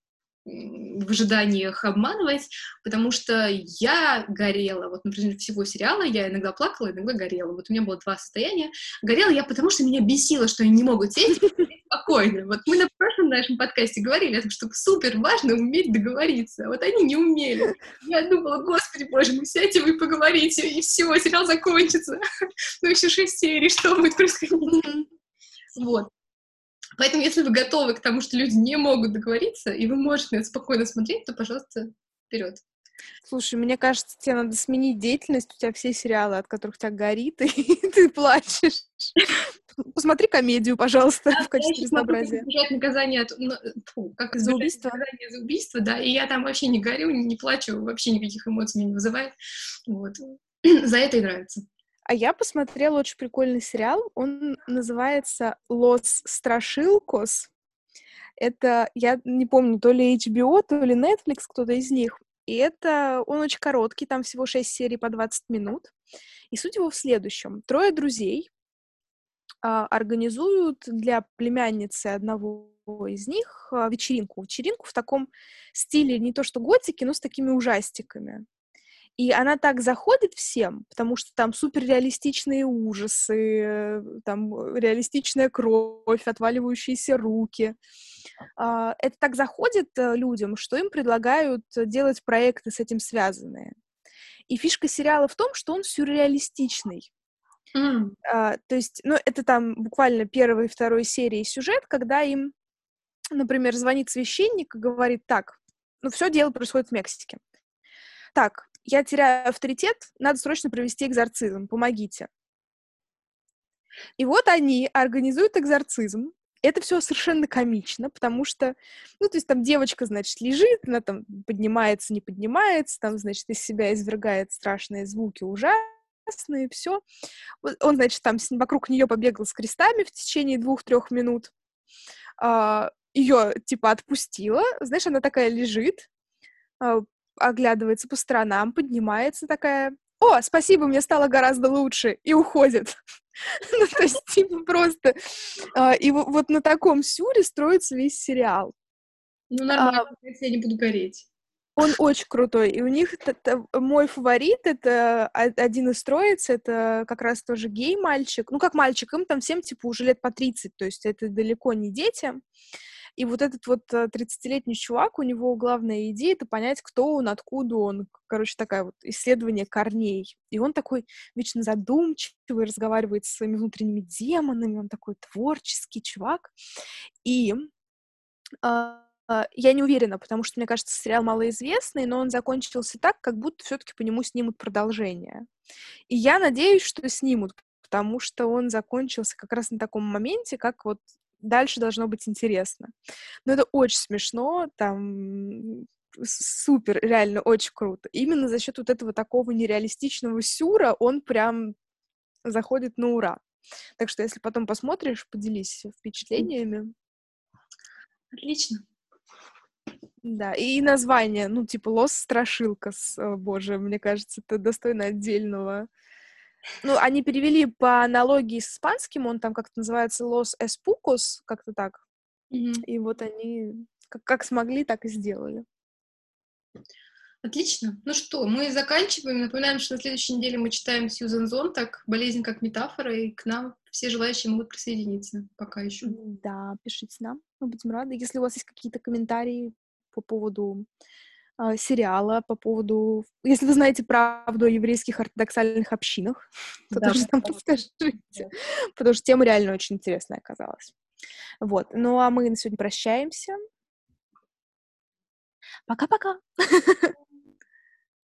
м, в ожиданиях обманывать, потому что я горела. Вот, например, всего сериала я иногда плакала, иногда горела. Вот у меня было два состояния. Горела я, потому что меня бесило, что они не могут сесть и поговорить спокойно. Вот мы на прошлом нашем подкасте говорили о том, что супер важно уметь договориться. А вот они не умели. Я думала, господи боже, мы сядьте, вы поговорите, и все, сериал закончится. Ну, еще шесть серий, что будет происходить? Мгм. Вот. Поэтому, если вы готовы к тому, что люди не могут договориться, и вы можете на это спокойно смотреть, то, пожалуйста, вперед. Слушай, мне кажется, тебе надо сменить деятельность. У тебя все сериалы, от которых тебя горит, и ты плачешь. Посмотри комедию, пожалуйста, в Я качестве еще смотрю, как разнообразия. избежать наказания, от, ну, фу, как За избежать убийство? наказания за убийство, да, и я там вообще не горю, не плачу, вообще никаких эмоций меня не вызывает. Вот. За это и нравится. А я посмотрела очень прикольный сериал. Он называется «Лос Страшилкос». Это, я не помню, то ли эйч би о, то ли Netflix, кто-то из них. И это, он очень короткий, там всего шесть серий по двадцать минут. И суть его в следующем. Трое друзей а, организуют для племянницы одного из них а, вечеринку. Вечеринку в таком стиле не то что готики, но с такими ужастиками. И она так заходит всем, потому что там суперреалистичные ужасы, э, там э, реалистичная кровь, отваливающиеся руки. А, Это так заходит э, людям, что им предлагают э, делать проекты с этим связанные. И фишка сериала в том, что он сюрреалистичный. М. А, То есть, ну, это там буквально первой и второй серии сюжет, когда им, например, звонит священник и говорит: так, ну, все дело происходит в Мексике. Так, я теряю авторитет, надо срочно провести экзорцизм, помогите. И вот они организуют экзорцизм. Это все совершенно комично, потому что, ну, то есть там девочка, значит, лежит, она там поднимается, не поднимается, там, значит, из себя извергает страшные звуки, ужасы. и все. Он, значит, там вокруг нее побегал с крестами в течение двух-трех минут. Ее, типа, отпустила. Знаешь, она такая лежит, оглядывается по сторонам, поднимается такая: «О, спасибо, мне стало гораздо лучше», и уходит. Ну, то есть, типа, просто... И вот на таком сюре строится весь сериал. Ну, нормально, если я не буду гореть. Он очень крутой, и у них мой фаворит — это один из троицы, это как раз тоже гей-мальчик. Ну, как мальчик, им там всем, типа, уже лет по тридцать, то есть это далеко не дети. И вот этот вот тридцатилетний чувак, у него главная идея — это понять, кто он, откуда он. Короче, такая вот исследование корней. И он такой вечно задумчивый, разговаривает со своими внутренними демонами, он такой творческий чувак. И а, я не уверена, потому что, мне кажется, сериал малоизвестный, но он закончился так, как будто все-таки по нему снимут продолжение. И я надеюсь, что снимут, потому что он закончился как раз на таком моменте, как вот дальше должно быть интересно. Но это очень смешно, там супер, реально очень круто. Именно за счет вот этого такого нереалистичного сюра он прям заходит на ура. Так что, если потом посмотришь, поделись впечатлениями. Отлично. Да, и название, ну, типа «Лос Страшилкас», боже, мне кажется, это достойно отдельного. Ну, они перевели по аналогии с испанским, он там как-то называется «Лос Эспукос», как-то так. Mm-hmm. И вот они как, как смогли, так и сделали. Отлично. Ну что, мы заканчиваем. Напоминаем, что на следующей неделе мы читаем Сьюзен Зонтаг «Болезнь как метафора», и к нам все желающие могут присоединиться пока еще. Да, пишите нам, мы будем рады. Если у вас есть какие-то комментарии по поводу э, сериала, по поводу... Если вы знаете правду о еврейских ортодоксальных общинах, то Да, тоже нам расскажите. Да. Потому что тема реально очень интересная оказалась. Вот. Ну, а мы на сегодня прощаемся. Пока-пока!